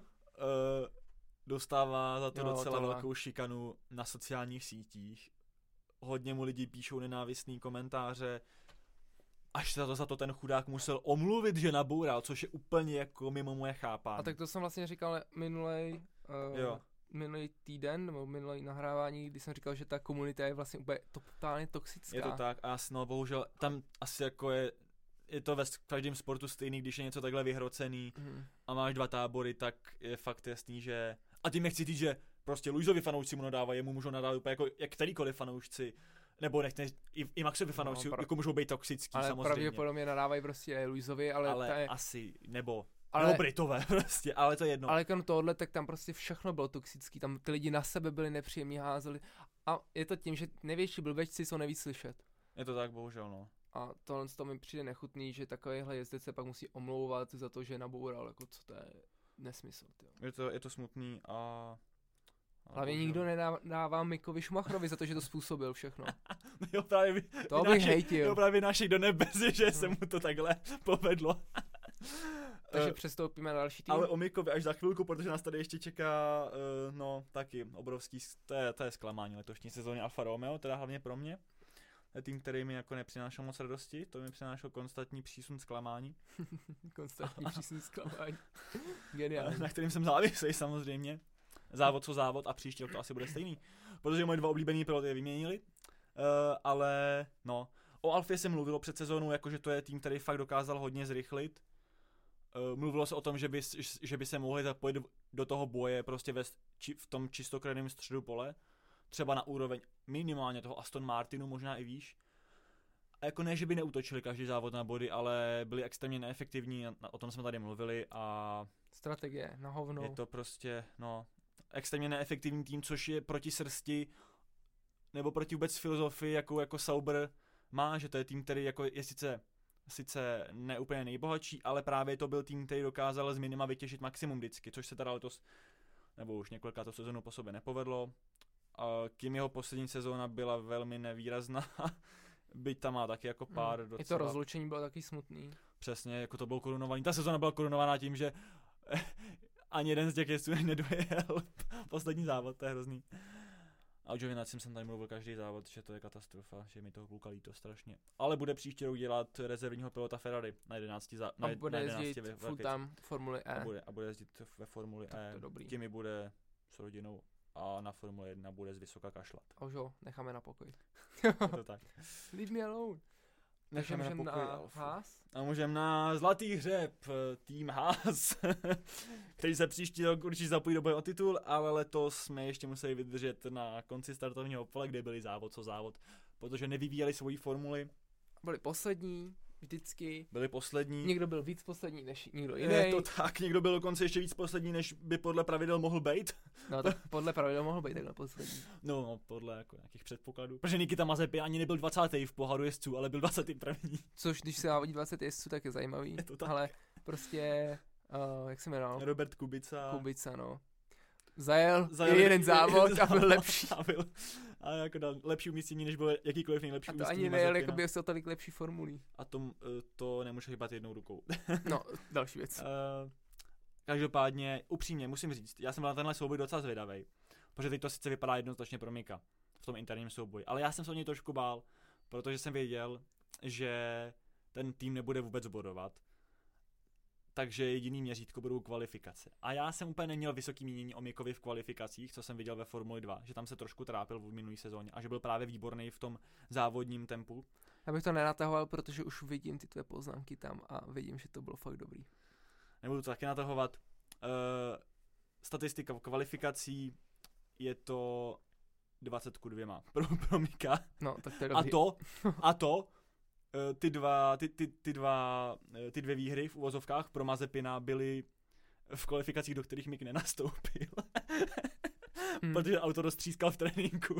dostává za to docela velkou šikanu na sociálních sítích. Hodně mu lidi píšou nenávistný komentáře. až za to ten chudák musel omluvit, že naboural, což je úplně jako mimo moje chápání. A tak to jsem vlastně říkal minulý týden, nebo minulý nahrávání, kdy jsem říkal, že ta komunita je vlastně úplně totálně toxická. Je to tak a no bohužel tam asi jako je to ve každém sportu stejný, když je něco takhle vyhrocený a máš dva tábory, tak je fakt jasný, že... A tím nechci říct, že prostě Luisovi fanoušci mu nadávají, jemu můžou nadávat úplně jako jak kterýkoliv fanoušci, nebo nechci, i Maxovi fanoušci jako můžou být toxický ale samozřejmě. Ale pravděpodobně nadávají prostě Luisovi, ale asi, nebo Britové prostě, ale to je jedno. Ale krom tohohle, tak tam prostě všechno bylo toxický, tam ty lidi na sebe byli nepříjemní, házeli a je to tím, že největší blbečci jsou nevíc slyšet. Je to tak, bohužel, no. A tohle z toho mi přijde nechutný, že takovýhle jezdec se pak musí omlouvat za to, že naboural, jako co to je nesmysl, tyjo. Je to smutný a hlavně nikdo nedává Mikovi Schumacherovi za to, že to způsobil všechno. Jo, právě to bych hejtil. Jo, právě nášek do nebes, že se mu to takhle povedlo. Takže přestoupíme na další tým. Ale o Mikovi až za chvilku, protože nás tady ještě čeká, taky obrovský, to je zklamání letošní sezóny Alfa Romeo, teda hlavně pro mě. Tým, který mi jako nepřinášel moc radosti, to mi přinášel konstantní přísun zklamání. Konstantní přísun zklamání. Geniální. Na kterým jsem závislý samozřejmě. Závod co závod a příští rok to asi bude stejný. Protože moje dva oblíbený piloty je vyměnili. Ale no, o Alfě se mluvilo před sezónou, jakože to je tým, který fakt dokázal hodně zrychlit. Mluvilo se o tom, že by se mohli zapojit do toho boje prostě v tom čistokrevném středu pole. Třeba na úroveň minimálně toho Aston Martinu, možná i výš. A jako ne, že by neútočili každý závod na body, ale byli extrémně neefektivní, o tom jsme tady mluvili a... Strategie na hovno. Je to prostě, extrémně neefektivní tým, což je proti srsti, nebo proti vůbec filozofii, jako Sauber má, že to je tým, který jako je sice ne úplně nejbohatší, ale právě to byl tým, který dokázal z minima vytěžit maximum vždycky, což se teda letos, nebo už několikátou sezónu po sobě nepovedlo. A kým jeho poslední sezóna byla velmi nevýrazná, byť tam má taky jako pár docela... I to rozloučení bylo taky smutný. Přesně, jako to bylo korunovaný. Ta sezóna byla korunovaná tím, že ani jeden z těch jezdců nedojel poslední závod, to je hrozný. A o Giovinazzi jsem tady mluvil každý závod, že to je katastrofa, že mi toho kluka líto strašně. Ale bude příští rok dělat rezervního pilota Ferrari na 11 a bude jezdit full time Formuli E. A bude jezdit ve Formuli E. Tím bude s rodinou a na Formule 1 bude z vysoka kašlat. Ožo, necháme na pokoj. Je to tak. Leave me alone. Necháme na pokoj Haas? A můžeme na zlatý hřeb, tým Haas, který se příští rok určitě zapojí do boje o titul, ale letos jsme ještě museli vydržet na konci startovního pole, kde byli závod co závod, protože nevyvíjeli svoji formuli. Byli poslední. Vždycky. Byli poslední. Někdo byl víc poslední než někdo jiný. Je to tak, někdo byl dokonce ještě víc poslední, než by podle pravidel mohl být. No tak podle pravidel mohl být takhle poslední. No, podle jako nějakých předpokladů. Protože Nikita Mazepy ani nebyl 20. v poháru jezdců, ale byl 21. Což když se závodí 20 jezdců, tak je zajímavý. Je to tak. Ale prostě, jak se jmenoval? Robert Kubica. Kubica, no. Zajel jeden závod a byl lepší. A jako dal lepší umístění, než byl jakýkoliv nejlepší umístění. A to ani nejel, jako by o tolik lepší formulí. A to nemůže hýbat jednou rukou. No, další věc. Každopádně, upřímně, musím říct, já jsem byl na tenhle souboj docela zvědavej. Protože teď to sice vypadá jednoznačně pro Mika v tom interním souboji. Ale já jsem se o něj trošku bál, protože jsem věděl, že ten tým nebude vůbec bodovat. Takže jediný měřítko budou kvalifikace. A já jsem úplně neměl vysoký mínění o Mikovi v kvalifikacích, co jsem viděl ve Formuli 2, že tam se trošku trápil v minulý sezóně a že byl právě výborný v tom závodním tempu. Já bych to nenatahoval, protože už vidím ty tvé poznámky tam a vidím, že to bylo fakt dobrý. Nebudu to taky natahovat. Statistika v kvalifikací je to 20:2 pro Mika. No, tak to je dobrý. A to ty dvě výhry v uvozovkách pro Mazepina byly v kvalifikacích, do kterých Mik nenastoupil. Protože auto roztřískal v tréninku.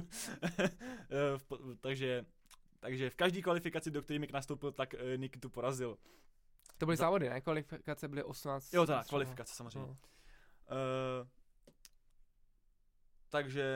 takže v každé kvalifikaci, do které Mik nastoupil, tak Nikitu porazil. To byly závody, ne? Kvalifikace byly 18. Jo, tak, kvalifikace samozřejmě. No. Takže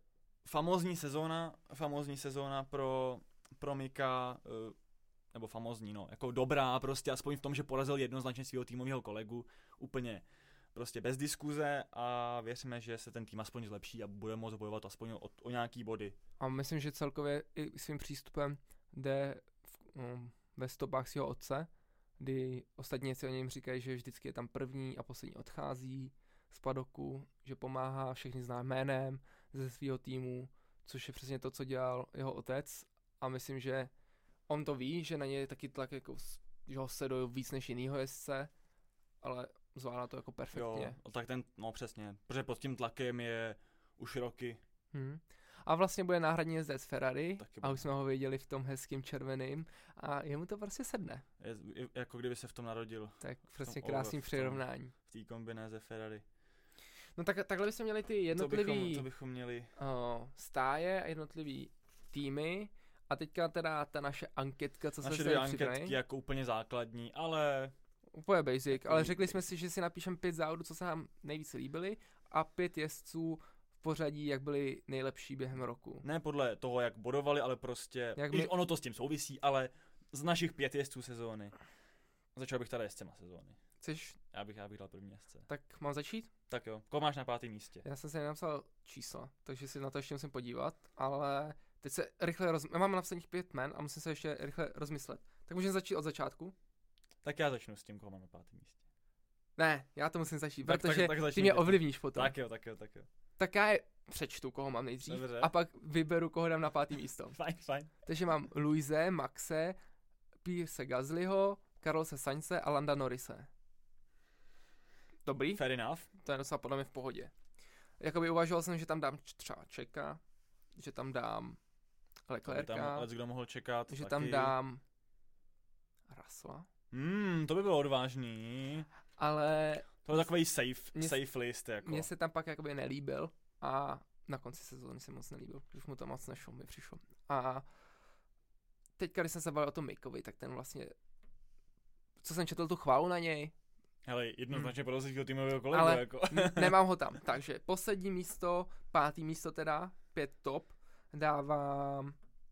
famózní sezóna pro Mika, nebo famózní, jako dobrá prostě, aspoň v tom, že porazil jednoznačně svého týmového kolegu, úplně prostě bez diskuze a věříme, že se ten tým aspoň zlepší a bude moct bojovat aspoň o nějaký body. A myslím, že celkově i svým přístupem jde ve stopách svého otce, kdy ostatní si o něm říkají, že vždycky je tam první a poslední odchází z padoku, že pomáhá, všechny zná jménem ze svého týmu, což je přesně to, co dělal jeho otec a myslím, že on to ví, že na něj je taky tlak, jako, že ho sledují víc než jinýho jezdce, ale zvládá to jako perfektně. Jo, tak no přesně, protože pod tím tlakem je už roky. A vlastně bude náhradní jezdec Ferrari a bude. už jsme ho viděli v tom hezkým červeným a jemu to prostě sedne. Je jako kdyby se v tom narodil. Tak prostě krásný přirovnání. V té kombinéze Ferrari. No tak, takhle bychom měli ty jednotlivý to bychom měli. Stáje a jednotlivý týmy a teďka teda ta naše anketka, co naše jsme dvě anketky jako úplně základní, ale úplně basic, ale řekli jsme si, že si napíšeme 5 závodů, co se nám nejvíc líbily a 5 jezdců v pořadí, jak byli nejlepší během roku. Ne podle toho, jak bodovali, ale prostě, ono to s tím souvisí, ale z našich 5 jezdců sezóny. Začal bych tady jezdcema sezóny. Chceš? Já bych dal první jezdce. Tak mám začít? Tak jo, koho máš na 5. místě? Já jsem si nenapsal čísla, takže si na to ještě musím podívat, ale teď se rychle já mám napsaných 5 jmen a musím se ještě rychle rozmyslet. Tak můžeme začít od začátku? Tak já začnu s tím, koho mám na 5. místě. Ne, já to musím začít, tak, protože tak ty mě ovlivníš potom. Tak jo. Tak já je přečtu, koho mám nejdřív. Dobře. A pak vyberu, koho dám na 5. místo. Fajn. Takže mám Luise, Maxe, Pierce Gaslyho, Carlose Sainze a Landa Norrise. Dobrý? Fair enough. To je docela podle mě v pohodě. Jakoby uvažoval jsem, že tam dám třeba Čeka, že tam dám Leclerca, Kdo mohl čekat, že taky. tam dám Russella. To by bylo odvážný. Ale to je takový safe list. Jako. Mně se tam pak jakoby nelíbil a na konci sezóny se moc nelíbil, když mu to moc nešlo, mi přišlo. A teďka, když jsem se bavil o tom Mikovi, tak ten vlastně, co jsem četl tu chválu na něj. Hele, jednoznačně podle svého týmového kolegu. Ale jako. nemám ho tam, takže poslední místo, 5. místo teda, 5 top, dávám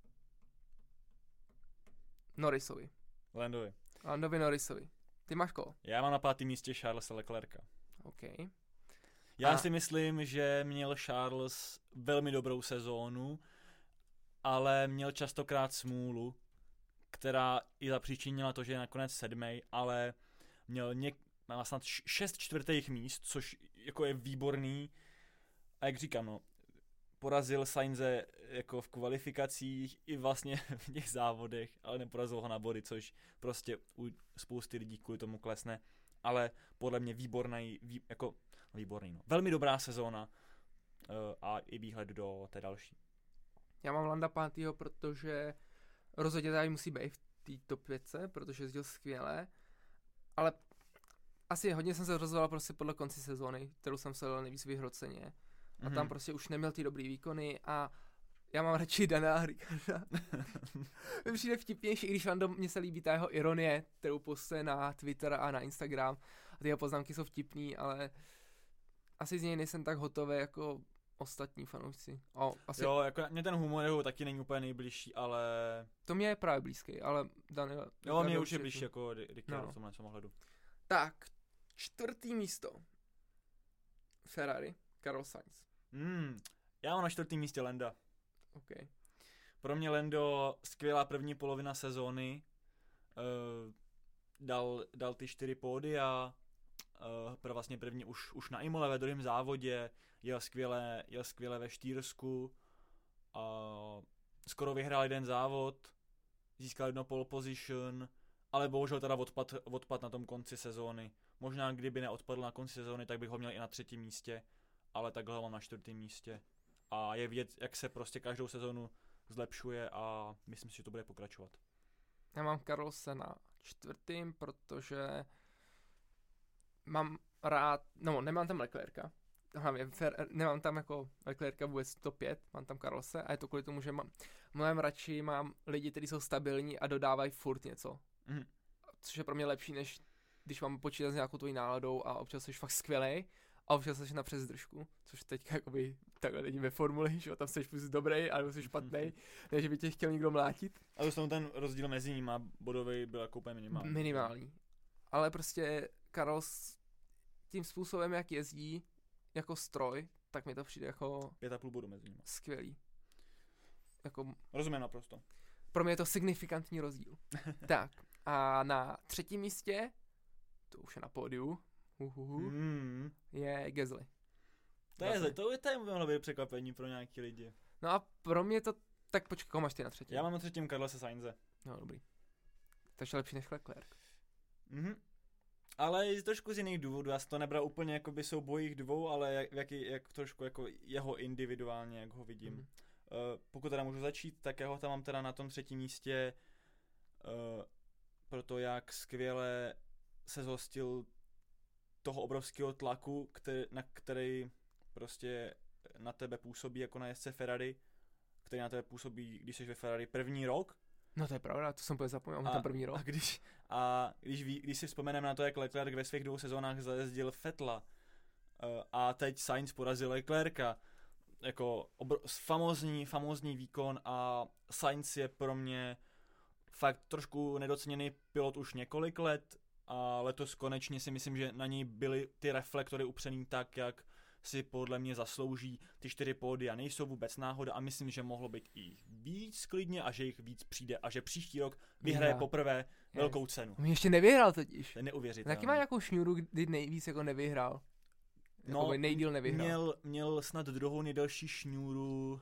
Norrisovi. Landovi Norrisovi. Ty máš koho? Já mám na 5. místě Charlesa Leclerca. OK. Já si myslím, že měl Charles velmi dobrou sezónu, ale měl častokrát smůlu, která i zapříčinila to, že je nakonec 7., ale měl má snad 6 čtvrtých míst, což jako je výborný. A jak říkám, porazil Sainze jako v kvalifikacích i vlastně v těch závodech, ale neporazil ho na body, což prostě u spousty lidí kvůli tomu klesne. Ale podle mě výborný, velmi dobrá sezóna a i výhled do té další. Já mám Landa 5., protože rozhodně tady musí být v té top 5, protože jezdil skvěle, ale asi hodně jsem se rozhodoval prostě podle konci sezóny, kterou jsem sledoval nejvíc vyhroceně. A tam prostě už neměl ty dobrý výkony a já mám radši Dana Ricciarda. Mi přijde vtipnější, i když mně se líbí ta jeho ironie, kterou postuje na Twitter a na Instagram. A ty jeho poznámky jsou vtipný, ale asi z něj nejsem tak hotový jako ostatní fanoušci. Jo, jako mě ten humor jeho taky není úplně nejbližší, ale to mě je právě blízký, ale Daniel... Jo, mě už je blížší jako Ricciardo v tomhle ohledu. Tak, 4. místo. Ferrari, Carlos Sainz. Já mám na 4. místě Landa. Okay. Pro mě Lando skvělá první polovina sezóny, dal ty 4 pódia, pro vlastně první už na Imole ve druhém závodě, jel skvěle ve Štýrsku, skoro vyhrál jeden závod, získal 1 pole position, ale bohužel teda odpad na tom konci sezóny. Možná kdyby neodpadl na konci sezóny, tak bych ho měl i na 3. místě, ale takhle ho mám na 4. místě. A je vidět, jak se prostě každou sezonu zlepšuje a myslím si, že to bude pokračovat. Já mám Carlose na 4., protože mám rád, nemám tam Leclerca, hlavně nemám tam jako Leclerca vůbec top 5, mám tam Carlose a je to kvůli tomu, že mnohem radši mám lidi, kteří jsou stabilní a dodávají furt něco. Což je pro mě lepší, než když mám počítat s nějakou tvojí náladou a občas jsi fakt skvělej a občas jsi na přezdržku, což teďka jakoby takhle není ve formuli, že tam jsi dobrý a jsi špatnej, ne, že by tě chtěl někdo mlátit. A to ten rozdíl mezi nimi a bodový byl jako úplně minimální. Minimální. Ale prostě Carlos tím způsobem, jak jezdí jako stroj, tak mi to přijde jako 5,5 bodu mezi nimi. Skvělý. Jako... Rozumím naprosto. pro mě je to signifikantní rozdíl. Tak, a na třetím místě, to už je na pódiu, je Gasly. To je mohlo být překvapení pro nějaký lidi. No a pro mě to, tak počkej, koho máš ty na třetím? Já mám na třetím Carlose Sainze. No dobrý. Takže lepší než Leclerc. Ale i trošku z jiných důvodů, já si to nebral úplně jako by souboj jich dvou, ale jak trošku jako jeho individuálně, jak ho vidím. Pokud teda můžu začít, tak já ho tam mám teda na tom třetím místě, proto jak skvěle se zhostil toho obrovského tlaku, který prostě na tebe působí jako na jezdce Ferrari, který na tebe působí, když jsi ve Ferrari první rok. No to je pravda, to jsem úplně zapomněl, ten první rok. Když si vzpomeneme na to, jak Leclerc ve svých 2 sezónách zajezdil Vettela a teď Sainz porazil Leclerca, jako famózní výkon a Sainz je pro mě fakt trošku nedoceněný pilot už několik let a letos konečně si myslím, že na něj byly ty reflektory upřený tak, jak si podle mě zaslouží. Ty 4 pódia nejsou vůbec náhoda a myslím, že mohlo být i víc klidně a že jich víc přijde a že příští rok vyhraje poprvé velkou cenu. On ještě nevyhrál totiž. To je neuvěřitelné. Taky má nějakou šňůru, kdy nejvíc jako nevyhrál. No, nejdýl nevyhrál. Měl snad druhou nejdelší šňůru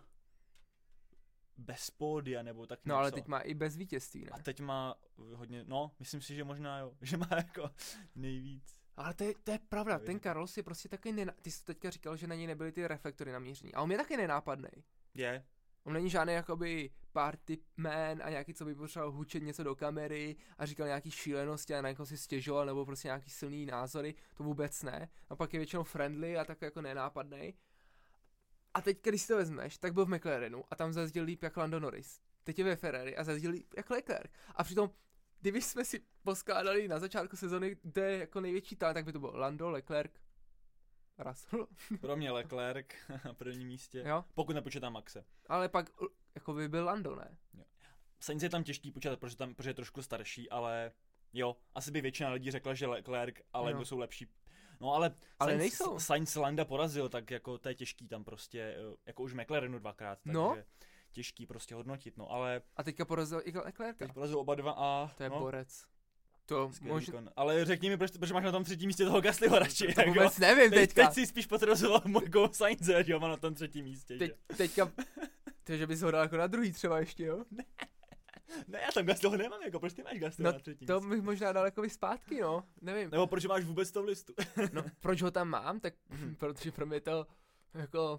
bez pódia, nebo tak něco. No ale teď má i bez vítězství, ne? A teď má hodně, myslím si, že možná jo, že má jako nejvíc. Ale to je pravda, ten Carlos je prostě takový ty jsi teďka říkal, že na něj nebyly ty reflektory namířený. A on je taky nenápadnej. Je. On není žádný jakoby party man a nějaký, co by potřeboval hučet něco do kamery a říkal nějaký šílenosti a na někoho si stěžoval nebo prostě nějaký silný názory, to vůbec ne. A pak je většinou friendly a tak jako nenápadnej. A teď, když si to vezmeš, tak byl v McLarenu a tam zajezdil líp jak Lando Norris. Teď je ve Ferrari a zajezdil líp jak Leclerc. A přitom, kdyby jsme si poskládali na začátku sezony, kde je jako největší talent, tak by to byl Lando, Leclerc, Russell. Pro mě Leclerc na prvním místě, jo? Pokud nepočítám Maxe. Ale pak jako by byl Lando, ne? Jo. Sainz je tam těžký počítat, protože je trošku starší, ale jo, asi by většina lidí řekla, že Leclerc a Lando jsou lepší. No ale nejsou. Sainz Landa porazil, tak jako to je těžký tam prostě, jako už McLarenu 2krát, takže těžký prostě hodnotit, no ale... A teďka porazil i Leclerca. Teď porazil oba dva a... To je borec. To Ale řekni mi, proč máš na tom třetím místě toho Gaslyho radši. To vůbec nevím teďka. Teď si spíš potrazoval Morgou Sainze, že ho má na tom třetím místě. Teďka, že bys ho dal jako na druhý třeba ještě, jo? Ne, já tam Gaslyho nemám, jako proč ty máš Gaslyho na třetím to bych možná dal jako zpátky, no, nevím. Nebo proč máš vůbec to v listu? No, proč ho tam mám, tak protože pro mě to jako...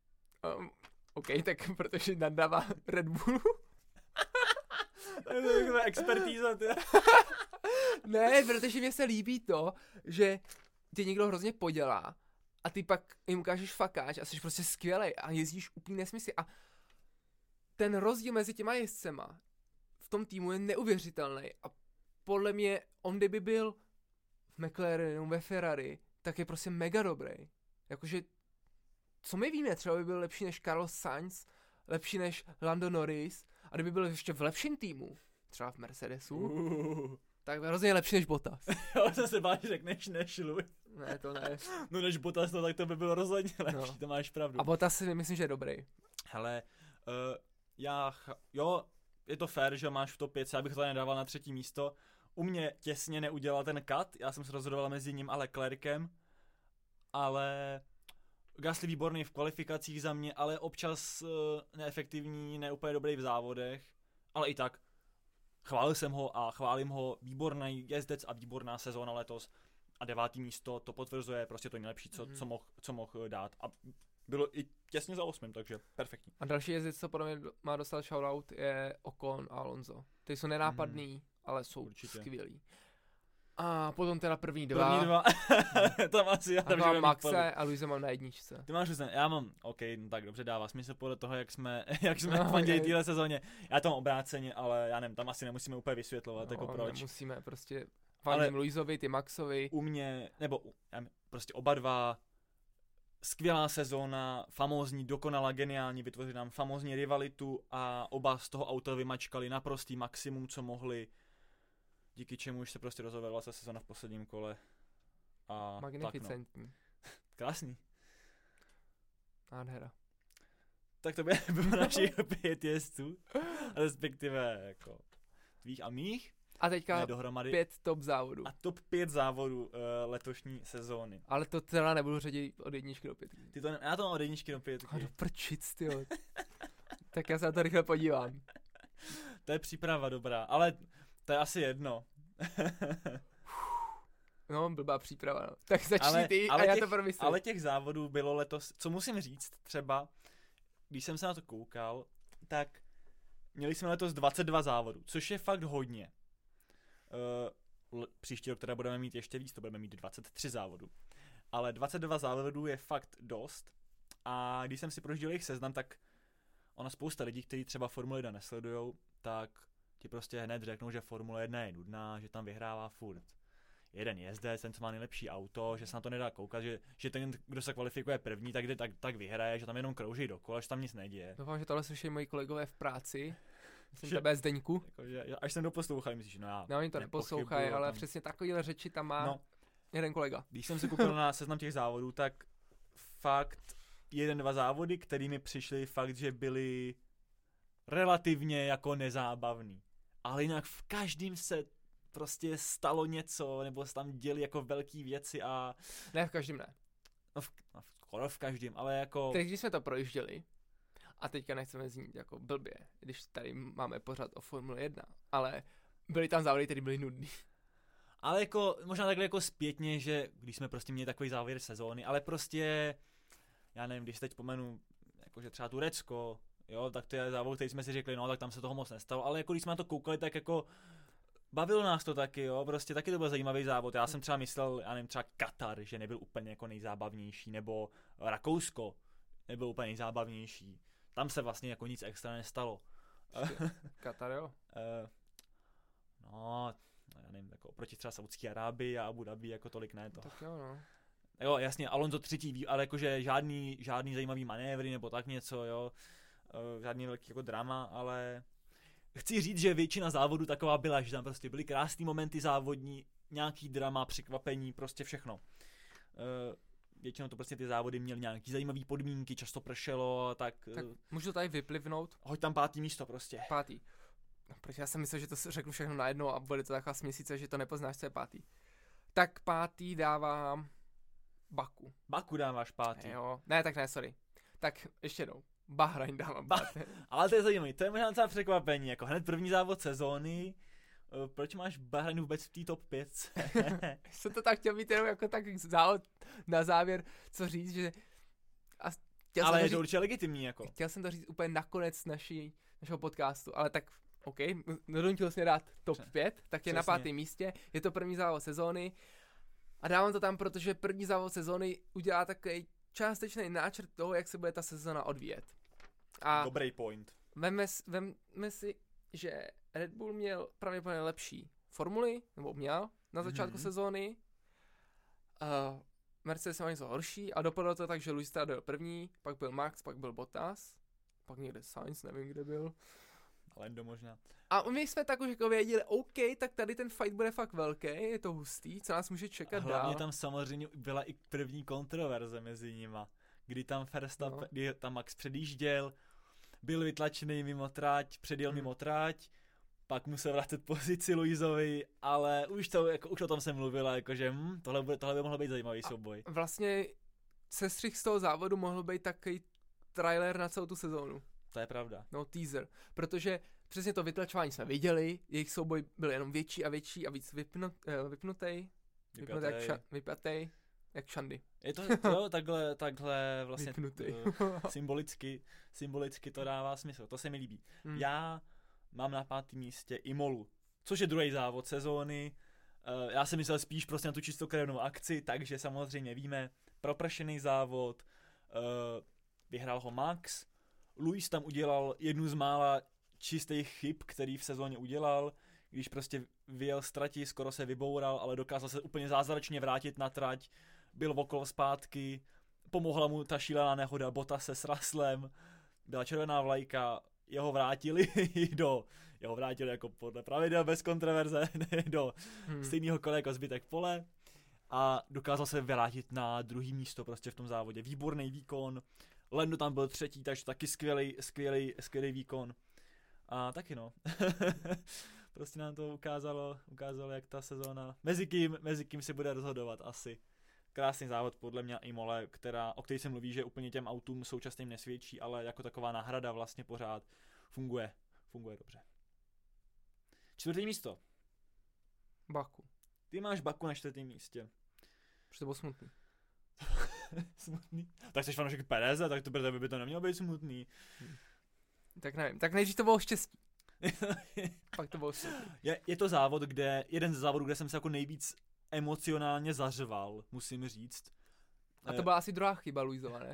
OK, tak protože nadává Red Bullu. To je taková expertíza, ty. Ne, protože mě se líbí to, že tě někdo hrozně podělá a ty pak jim ukážeš fakáč a jsi prostě skvělej a jezdíš úplně nesmysly a ten rozdíl mezi těma jezdcema v tom týmu je neuvěřitelný a podle mě on kdyby byl v McLarenu, ve Ferrari, tak je prostě mega dobrý. Jakože, co my víme, třeba by byl lepší než Carlos Sainz, lepší než Lando Norris a kdyby byl ještě v lepším týmu, třeba v Mercedesu, tak byl hrozně lepší než Bottas. Jo, to se bál, řekneš než Lewis. Ne, to ne. No než Bottas, no tak to by bylo rozhodně lepší, to máš pravdu. A Bottas si myslím, že je dobrý. Hele, jo, je to fair, že máš v top 5, já bych to nedával na třetí místo. U mě těsně neudělal ten cut, já jsem se rozhodoval mezi ním a Leclercem, ale Gasly výborný v kvalifikacích za mě, ale občas neefektivní, neúplně dobrý v závodech, ale i tak. Chválil jsem ho a chválím ho, výborný jezdec a výborná sezóna letos a 9. místo to potvrzuje, prostě to nejlepší, co mohl dát a bylo i těsně za 8, takže perfektní. A další jezdec, co podle mě má dostat shoutout, je Ocon a Alonso. Ty jsou nenápadný, ale jsou skvělý. A potom teda první dva. Tam asi já. A mám Maxe a Luise mám na jedničce. Ty máš Luise, já mám, OK, no tak dobře, dává smysl podle toho, jak jsme fandili téhle sezóně. Já tam obráceně, ale já nevím, tam asi nemusíme úplně vysvětlovat, jako proč. Nemusíme, prostě fandím Luisovi, ty Maxovi. U mě, prostě oba dva, skvělá sezóna, famózní, dokonalá, geniální, vytvořili nám famózní rivalitu a oba z toho auta vymačkali naprostý maximum, co mohli. Díky čemu už se prostě rozhodovala se sezona v posledním kole. A magnificentní. Tak, no. Krásný. Nádhera. Tak to by bylo našich 5 jezdců, respektive jako tvých a mých. A teďka dohromady 5 top závodů. A top 5 závodů letošní sezóny. Ale to teda nebudu řadit od 1 do 5. Já to mám od 1 do 5. No prčic, tyjo. Tak já se na to rychle podívám. To je příprava dobrá, ale to je asi jedno. No, blbá příprava, no. Tak začni ty a já to promyslím. Ale těch závodů bylo letos, co musím říct, třeba, když jsem se na to koukal, tak měli jsme letos 22 závodů, což je fakt hodně. Příští rok teda budeme mít ještě víc, to budeme mít 23 závodů. Ale 22 závodů je fakt dost. A když jsem si prožil jejich seznam, tak ona spousta lidí, kteří třeba Formule 1 nesledujou, tak ti prostě hned řeknou, že Formule 1 je nudná, že tam vyhrává furt jeden jezdec, ten, co má nejlepší auto, že se na to nedá koukat, že ten, kdo se kvalifikuje první, tak jde tak vyhraje, že tam jenom krouží dokola, že tam nic neděje. Doufám, že tohle slyší moji kolegové v práci. Jsem tebe Zdeňku. Jako, až jsem doposlouchal, myslíš, no já. No, oni to neposlouchají, ale tam... přesně takovýhle řeči tam má jeden kolega. Když jsem se koukal na seznam těch závodů, tak fakt 1-2 závody, který mi přišly fakt, že byly relativně jako nezábavný. Ale jinak v každém se prostě stalo něco, nebo se tam děli jako velký věci a... Ne, v každém ne. Skoro v každém, ale jako... Teď, když jsme to projížděli, a teďka nechceme znít jako blbě, když tady máme pořád o Formule 1, ale byly tam závody, které byly nudný. Ale jako, možná takhle jako zpětně, že když jsme prostě měli takový závěr sezóny, ale prostě, já nevím, když teď pomenu, jakože třeba Turecko, jo, tak to je závod, který jsme si řekli, no, tak tam se toho moc nestalo, ale jako když jsme na to koukali, tak jako bavilo nás to taky, jo, prostě taky to byl zajímavý závod. Já jsem třeba myslel, já nevím, třeba Katar, že nebyl úplně jako nejzábavnější, nebo Rakousko nebyl úplně nejzábavnější. Tam se vlastně jako nic extra nestalo. Katar, jo? No, já nevím, jako oproti třeba Saudské Arábii a Abu Dhabi jako tolik ne to. Tak jo, no. Jo, jasně, Alonso třetí, ale jakože žádný zajímavý manévry nebo tak něco, jo. Žádný velký jako drama, ale chci říct, že většina závodů taková byla, že tam prostě byly krásný momenty závodní, nějaký drama, překvapení, prostě všechno. Většinou to prostě ty závody měly nějaký zajímavý podmínky, často pršelo, tak můžu tady vyplivnout? Hoď tam 5. místo prostě. 5. No, protože já jsem myslel, že to řeknu všechno najednou a bude to taková směsice, že to nepoznáš, co je 5. Tak 5. dávám Baku. Baku dáváš 5. Jo, ne, tak ne, sorry. Tak ještě jednou. Bahrain dávám 5. Ale to je zajímavé, to je možná docela překvapení, jako hned první závod sezóny. Proč máš Bahrain vůbec v té top 5? Jsem to tak chtěl mít jenom jako tak závod na závěr, co říct, že... Ale je to určitě legitimní, jako. Chtěl jsem to říct úplně nakonec našeho podcastu, ale tak OK, donutil jsem dát top 5, tak je na 5. místě, je to první závod sezóny a dávám to tam, protože první závod sezóny udělá takový částečný náčrt toho, jak se bude ta sezóna odvíjet. A dobrý point. Vemme si, že Red Bull měl pravděpodobně lepší formuly, nebo měl na začátku sezóny. Mercedes měl něco horší a dopadlo to tak, že Lewis byl první, pak byl Max, pak byl Bottas, pak někde Sainz, nevím kde byl. Lando možná. A my jsme tak už jako věděli, OK, tak tady ten fight bude fakt velký, je to hustý, co nás může čekat dál. Hlavně tam samozřejmě byla i první kontroverze mezi nima, kdy tam Verstappen, kdy tam Max předjížděl, byl vytlačený mimo tráť, předjel mimo tráť, pak musel vrátit pozici Luisovi, ale už o tom jsem mluvila, jakože tohle by mohlo být zajímavý souboj. Vlastně sestřih z toho závodu mohl být takový trailer na celou tu sezónu. To je pravda. No, teaser, protože přesně to vytlačování jsme viděli, jejich souboj byl jenom větší a větší a víc vypnutý, jak Šandy. Je to takhle vlastně symbolicky to dává smysl, to se mi líbí. Já mám na 5. místě Imolu, což je druhý závod sezóny. Já jsem myslel spíš prostě na tu čistokrevnou akci, takže samozřejmě víme, propršený závod, vyhrál ho Max, Lewis tam udělal jednu z mála čistých chyb, který v sezóně udělal, když prostě vyjel z trati, skoro se vyboural, ale dokázal se úplně zázračně vrátit na trať, byl okolo zpátky, pomohla mu ta šílená nehoda Bottas se s Russellem, byla červená vlajka, jeho vrátili jako podle pravidel bez kontroverze do stejného kola jako zbytek pole a dokázal se vrátit na druhý místo prostě v tom závodě. Výborný výkon, Lando tam byl třetí, takže taky skvělý výkon. A taky no. Prostě nám to ukázalo, jak ta sezóna, mezi kým se bude rozhodovat asi. Krásný závod podle mě Imole, o který se mluví, že úplně těm autům současným nesvědčí, ale jako taková náhrada vlastně pořád funguje dobře. 4. místo. Baku. Ty máš Baku na 4. místě. Protože to bylo smutný. Smutný? Tak jsi fanoušek Pereze, tak to by to nemělo být smutný. Tak nevím, tak nejdřív to bylo štěstí. Pak to bylo smutný. Je to závod, jeden ze závodů, kde jsem se jako nejvíc emocionálně zařval, musím říct. A to byla asi druhá chyba Luisova, ne?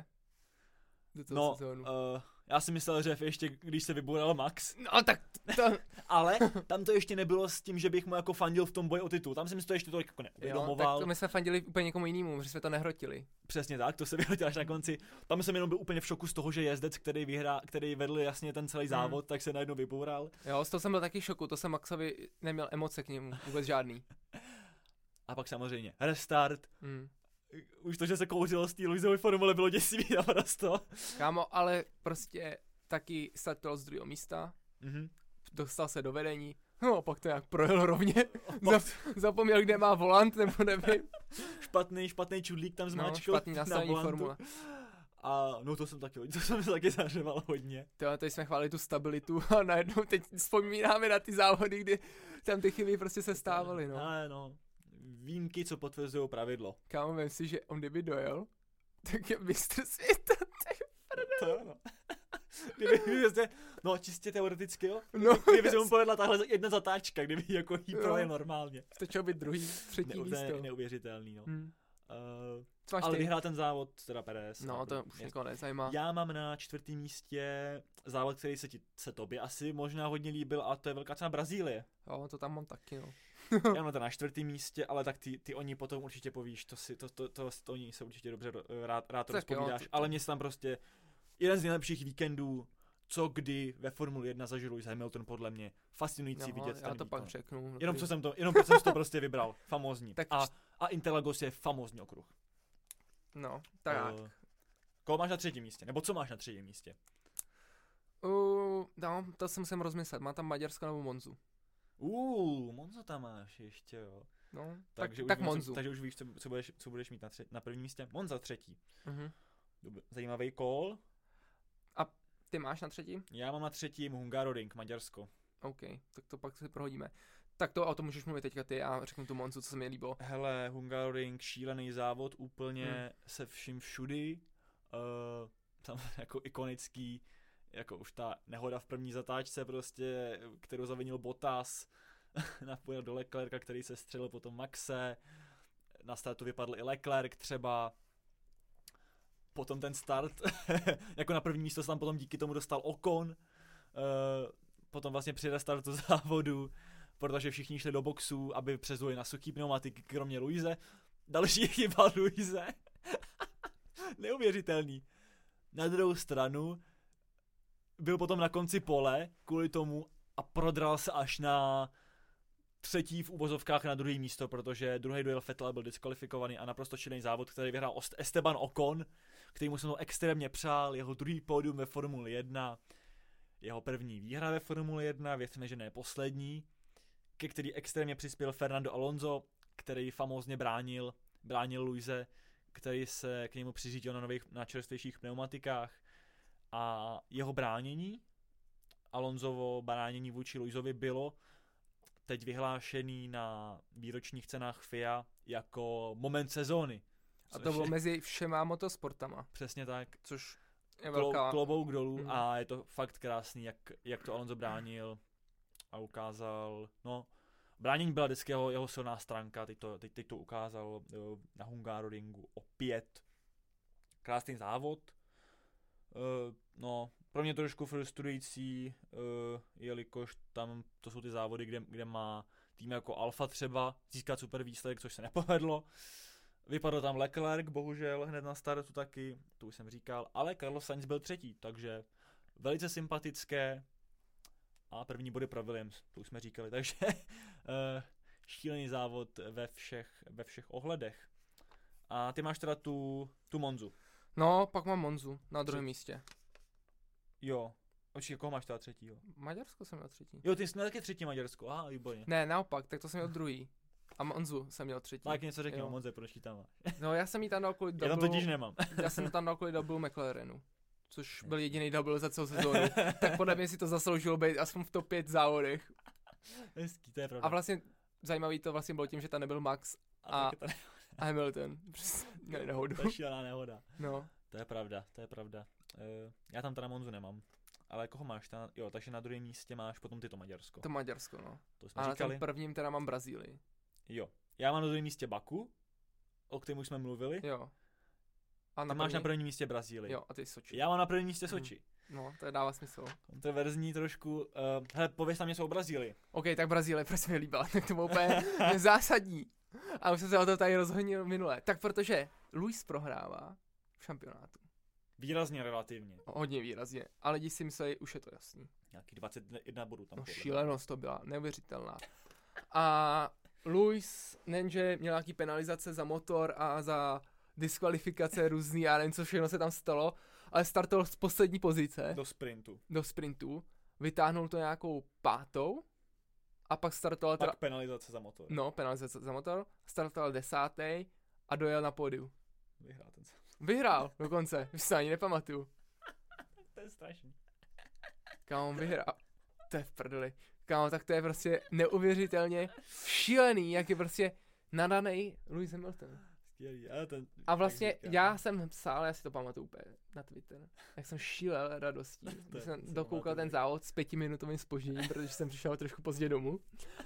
Já si myslel, že ještě když se vyboural Max. No tak to... Ale tam to ještě nebylo s tím, že bych mu jako fandil v tom boji o titul. Tam jsem si to ještě tolik jako neuvědomoval. Tak to my jsme fandili úplně někomu jinému, že jsme to nehrotili. Přesně tak, to se vyhrotilo až na konci. Tam jsem jenom byl úplně v šoku z toho, že jezdec, který vedl jasně ten celý závod, tak se najednou vyboural. Jo, z toho jsem byl taky v šoku, to jsem Maxovi neměl emoce k němu, vůbec žádný. A pak samozřejmě restart. Už to, že se kouřilo z té Luisovy formule, bylo děsivý naprosto. Kámo, ale prostě taky startoval z 2. místa, dostal se do vedení, no pak to nějak projel rovně, zapomněl, kde má volant, nebo nevím. Špatný čudlík tam zmáčkl špatný nastavení formule. A no to jsem se taky zařeval hodně. Teď jsme chválili tu stabilitu a najednou teď vzpomínáme na ty závody, kdy tam ty chyby prostě se stávaly, no. Ale no, výjimky, co potvrzují pravidlo. Kámo, vem si, že on kdyby dojel, tak je mistr světa, to no. No čistě teoreticky, jo? Kdyby se mu povedla tahle jedna zatáčka, kdyby jako jí projel normálně. Stačilo být druhý, třetí místo. Neuvěřitelný, no. Ale vyhrál ten závod, teda Perez. No, to už nikoho nezajímá. Já mám na 4. místě závod, který se tobě asi možná hodně líbil, a to je velká cena Brazílie. Jo, to tam mám taky, no. Já mám to na 4. místě, ale tak ty o ní potom určitě povíš, to o ní se určitě dobře rád rozpovídáš, ale mě se tam prostě jeden z nejlepších víkendů, co kdy ve Formuli 1 zažil Lewis Hamilton, podle mě fascinující vidět ten já to výkon. pak řeknu. Jenom proč jsem to prostě vybral, famózní. A Interlagos je famózní okruh. No, tak. Koho máš na 3. místě? Nebo co máš na 3. místě? No, to jsem musel rozmyslet, má tam Maďarsko nebo Monzu. Monzu tam máš ještě, jo. No, takže tak Monzu. Takže už víš, co budeš mít na 1. místě. Monza 3. Zajímavý call. A ty máš na 3? Já mám na 3. Hungaroring, Maďarsko. OK, tak to pak si prohodíme. Tak to o tom můžeš mluvit teďka ty a řeknu tu Monzu, co se mi líbilo. Hele, Hungaroring, šílený závod, úplně se vším všudy. Tam jako ikonický, jako už ta nehoda v první zatáčce prostě, kterou zavinil Bottas, napojil do Leclerca, který se střelil potom Maxe, na startu vypadl i Leclerc třeba, potom ten start, jako na první místo se tam potom díky tomu dostal Ocon, potom vlastně při restartu závodu, protože všichni šli do boxu, aby přezuli na suchý pneumatiky, kromě Luise. Další chyba Luise. Neuvěřitelný. Na druhou stranu byl potom na konci pole kvůli tomu a prodral se až na 3. v uvozovkách na 2. místo, protože druhý duel Vettel byl diskvalifikovaný a naprosto šílený závod, který vyhrál Esteban Ocon, kterýmu jsem to extrémně přál, jeho druhý pódium ve Formuli 1, jeho první výhra ve Formuli 1, věřme, že ne poslední, ke který extrémně přispěl Fernando Alonso, který famózně bránil Luise, který se k němu přiřídil na čerstvějších pneumatikách, a jeho bránění, Alonsovo bránění vůči Luisovi, bylo teď vyhlášený na výročních cenách FIA jako moment sezóny. A to bylo mezi všema motosportama. Přesně tak. Což je velká... Klobouk dolů a je to fakt krásný, jak to Alonso bránil a ukázal, no, bránění byla vždycky jeho silná stránka, teď to ukázal na Hungaroringu opět. Krásný závod. No, pro mě trošku frustrující, jelikož tam to jsou ty závody, kde má tým jako Alfa třeba získat super výsledek, což se nepovedlo. Vypadl tam Leclerc, bohužel, hned na startu taky, to už jsem říkal, ale Carlos Sainz byl 3, takže velice sympatické a první body pro Williams, to už jsme říkali, takže šílený závod ve všech ohledech. A ty máš teda tu Monzu. No, pak mám Monzu na druhém místě. Jo. Oči, koho máš teda třetího? Maďarsko jsem měl třetí. Jo, ty jsi měl taky třetí Maďarsko, aha, výborně. Ne, naopak, tak to jsem měl druhý. A Monzu jsem měl třetí. Tak něco řekni Jo. o Monze, proč ji tam máš? No, já jsem jí tam dal kvůli Já tam double, totiž nemám. já jsem tam dal kvůli double McLarenu. Což byl jediný double za celou sezónu. Tak podle mě si to zasloužilo být aspoň v top 5 závodech. Hezký, to je pravda. A vlastně zajímavý to vlastně bylo tím, že tam nebyl Max a a Hamilton. Měli nehodu. To je šílená nehoda. No. To je pravda, to je pravda. Já tam teda Monzu nemám. Ale koho máš? Jo, takže na druhém místě máš potom ty to Maďarsko. To Maďarsko, no. To jsme A na říkali. tom prvním teda mám Brazílii. Jo. Já mám na druhém místě Baku, o kterém už jsme mluvili. Jo. A Ty máš na prvním místě Brazílii. Jo, a ty Soči. Já mám na prvním místě Soči. No, to dává smysl. Kontroverzní trošku. Hele, pověz tam něco o Brazílii. OK, tak Brazílie, proč se mi líbila, tak to bylo úplně zásadní. A už jsem se o to tady rozhodnil minule. Tak protože Luis prohrává v šampionátu. Výrazně relativně. Hodně výrazně. A lidi si mysleli, už je to jasný. Nějaký 21 bodů tam. No podle. šílenost to byla, neuvěřitelná. A Luis nejenže měl nějaký penalizace za motor a za diskvalifikace různý, já nevím, co všechno se tam stalo, ale startoval z poslední pozice do sprintu, vytáhnul to nějakou 5. a pak startoval Pak penalizace za motor. No, penalizace za motor, startoval 10. a dojel na pódiu. Vyhrál ten sám. Vyhrál dokonce, už se ani nepamatuju. To je strašný. Kámo, vyhrál. To je v prdeli. Kámo, tak to je prostě neuvěřitelně šílený, jak je prostě nadanej Lewis Hamilton. A vlastně já jsem psal, já si to pamatuju úplně na Twitter, jak jsem šílel radostí, když jsem dokoukal ten závod s 5minutovým zpožděním, protože jsem přišel trošku pozdě domů.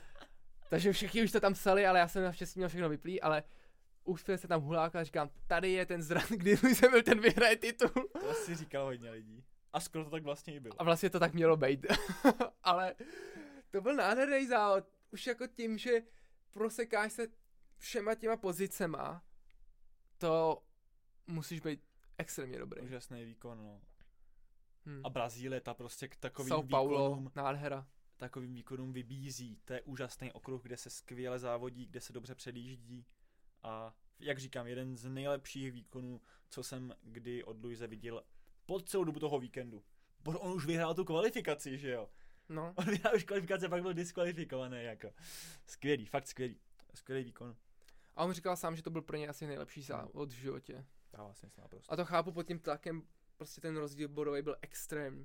Takže všichni už to tam psali, ale já jsem naštěstí měl všechno vyplý, ale úspěl se tam huláka a říkám, tady je ten zran, kdy Lewis Hamilton vyhraje titul. To asi říkalo hodně lidí. A skoro to tak vlastně i bylo. A vlastně to tak mělo být. Ale to byl nádherný závod. Už jako tím, že prosekáš se všema těma pozicema, to musíš být extrémně dobrý. Úžasný výkon, no. A Brazílie, ta prostě k takovým São Paulo, výkonům, nádhera. Takovým výkonům vybízí. To je úžasný okruh, kde se skvěle závodí, kde se dobře předjíždí. A jak říkám, jeden z nejlepších výkonů, co jsem kdy od Luise viděl po celou dobu toho víkendu. On už vyhrál tu kvalifikaci, že jo? No. On vyhrál už kvalifikaci, pak byl diskvalifikovaný, jako. Skvělý, fakt skvělý. Skvělý výkon. A on říkal sám, že to byl pro něj asi nejlepší závod v životě. Já vlastně naprosto. A to chápu pod tím tlakem, prostě ten rozdíl bodový byl extrémní.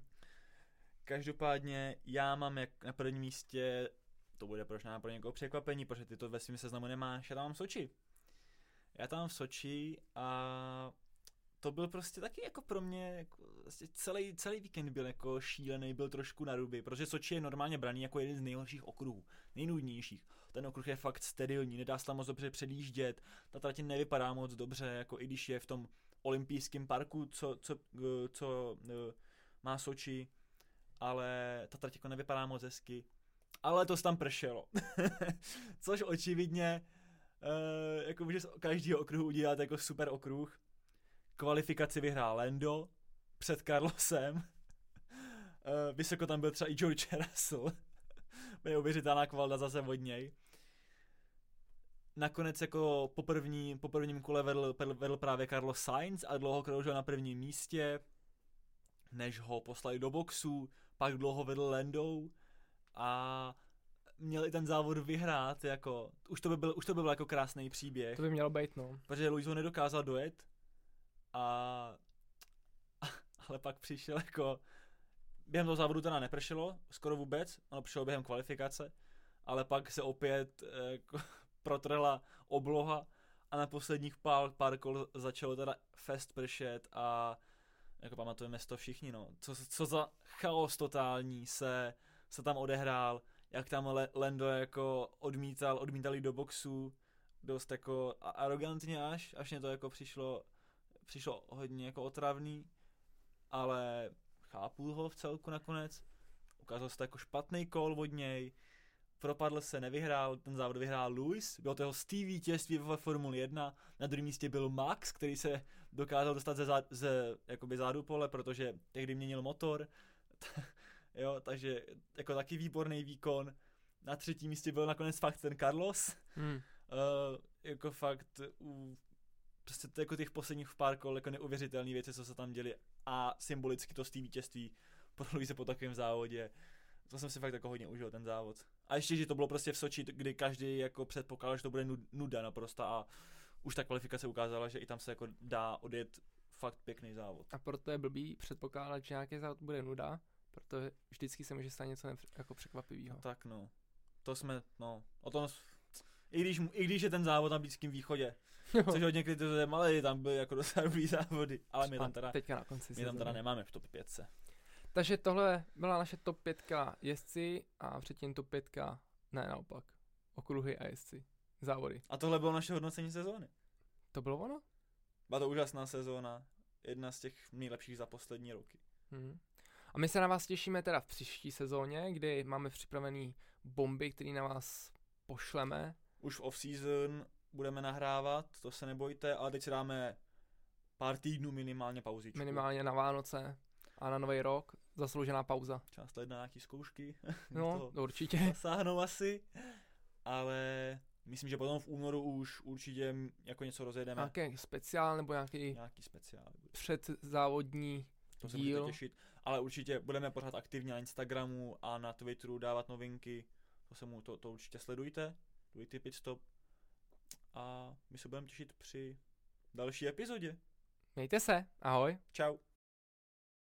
Každopádně já mám jak na prvním místě, to bude možná pro někoho překvapení, protože ty to ve svém seznamu nemáš, já tam mám Soči. Já tam mám v Soči a to byl prostě taky jako pro mě, jako vlastně celý víkend byl jako šílený, byl trošku na ruby, protože Soči je normálně braný jako jeden z nejhorších okruhů, nejnudnějších. Ten okruh je fakt sterilní, nedá se tam moc dobře předjíždět, ta trať nevypadá moc dobře, jako i když je v tom olympijském parku, co má Soči, ale ta trať jako nevypadá moc hezky. Ale to tam pršelo. Což očividně jako může z každého okruhu udělat jako super okruh. Kvalifikaci vyhrál Lando před Carlosem. Vysoko tam byl třeba i George Russell. Neuvěřitelná kvalita zase od něj. Nakonec jako po prvním kole vedl právě Carlos Sainz a dlouho kroužil na prvním místě, než ho poslali do boxu, pak dlouho vedl Lando a měl i ten závod vyhrát, jako, už to by byl jako krásný příběh. To by mělo být, no. Protože Lewis ho nedokázal dojet, ale pak přišel jako, během toho závodu teda nepršelo, skoro vůbec, ono přišlo během kvalifikace, ale pak se opět jako, protrhla obloha a na posledních pár kol začalo teda fest pršet a jako pamatujeme si to všichni, no. Co za chaos totální se tam odehrál, jak tam Lando jako odmítal jít do boxu, dost jako arrogantně až mě to jako přišlo hodně jako otravný, ale chápu ho v celku nakonec, ukázal se to jako špatný kol od něj, propadl se, nevyhrál, ten závod vyhrál Lewis, bylo to jeho vítězství ve Formuli 1, na druhém místě byl Max, který se dokázal dostat ze jakoby zádu pole, protože tehdy měnil motor, jo, takže jako taky výborný výkon. Na třetím místě byl nakonec fakt ten Carlos, jako fakt prostě to jako těch posledních pár kol jako neuvěřitelné věci, co se tam děli a symbolicky to z té vítězství prodlouží se po takovém závodě. To jsem si fakt jako hodně užil ten závod. A ještě, že to bylo prostě v Soči, kdy každý jako předpokládal, že to bude nuda naprosto a už ta kvalifikace ukázala, že i tam se jako dá odjet fakt pěkný závod. A proto je blbý předpokládat, že nějaký závod bude nuda, protože vždycky se může stát něco jako překvapivého. No tak no, to jsme, no, o tom, i když je ten závod na Blízkém východě, což hodně kritizujeme, ale tam byly jako docela dobrý závody, ale my tam teda, teďka na konci my tam teda nemáme v top 5. Takže tohle byla naše top 5 jezdci a předtím top 5, ne naopak, okruhy a jezdci, závody. A tohle bylo naše hodnocení sezóny. To bylo ono? Byla to úžasná sezóna, jedna z těch nejlepších za poslední roky. A my se na vás těšíme teda v příští sezóně, kdy máme připravený bomby, které na vás pošleme. Už v off-season budeme nahrávat, to se nebojte, ale teď si dáme pár týdnů minimálně pauzičku. Minimálně na Vánoce a na Nový rok, zasloužená pauza. Část let na nějaký zkoušky. No, určitě. Zasáhnou asi, ale myslím, že potom v únoru už určitě jako něco rozjedeme. Nějaký speciál nebo nějaký speciál. předzávodní to se díl. můžete těšit, ale určitě budeme pořád aktivně na Instagramu a na Twitteru dávat novinky. To určitě sledujte, dujte Pitstop a my se budeme těšit při další epizodě. Mějte se, ahoj. Čau.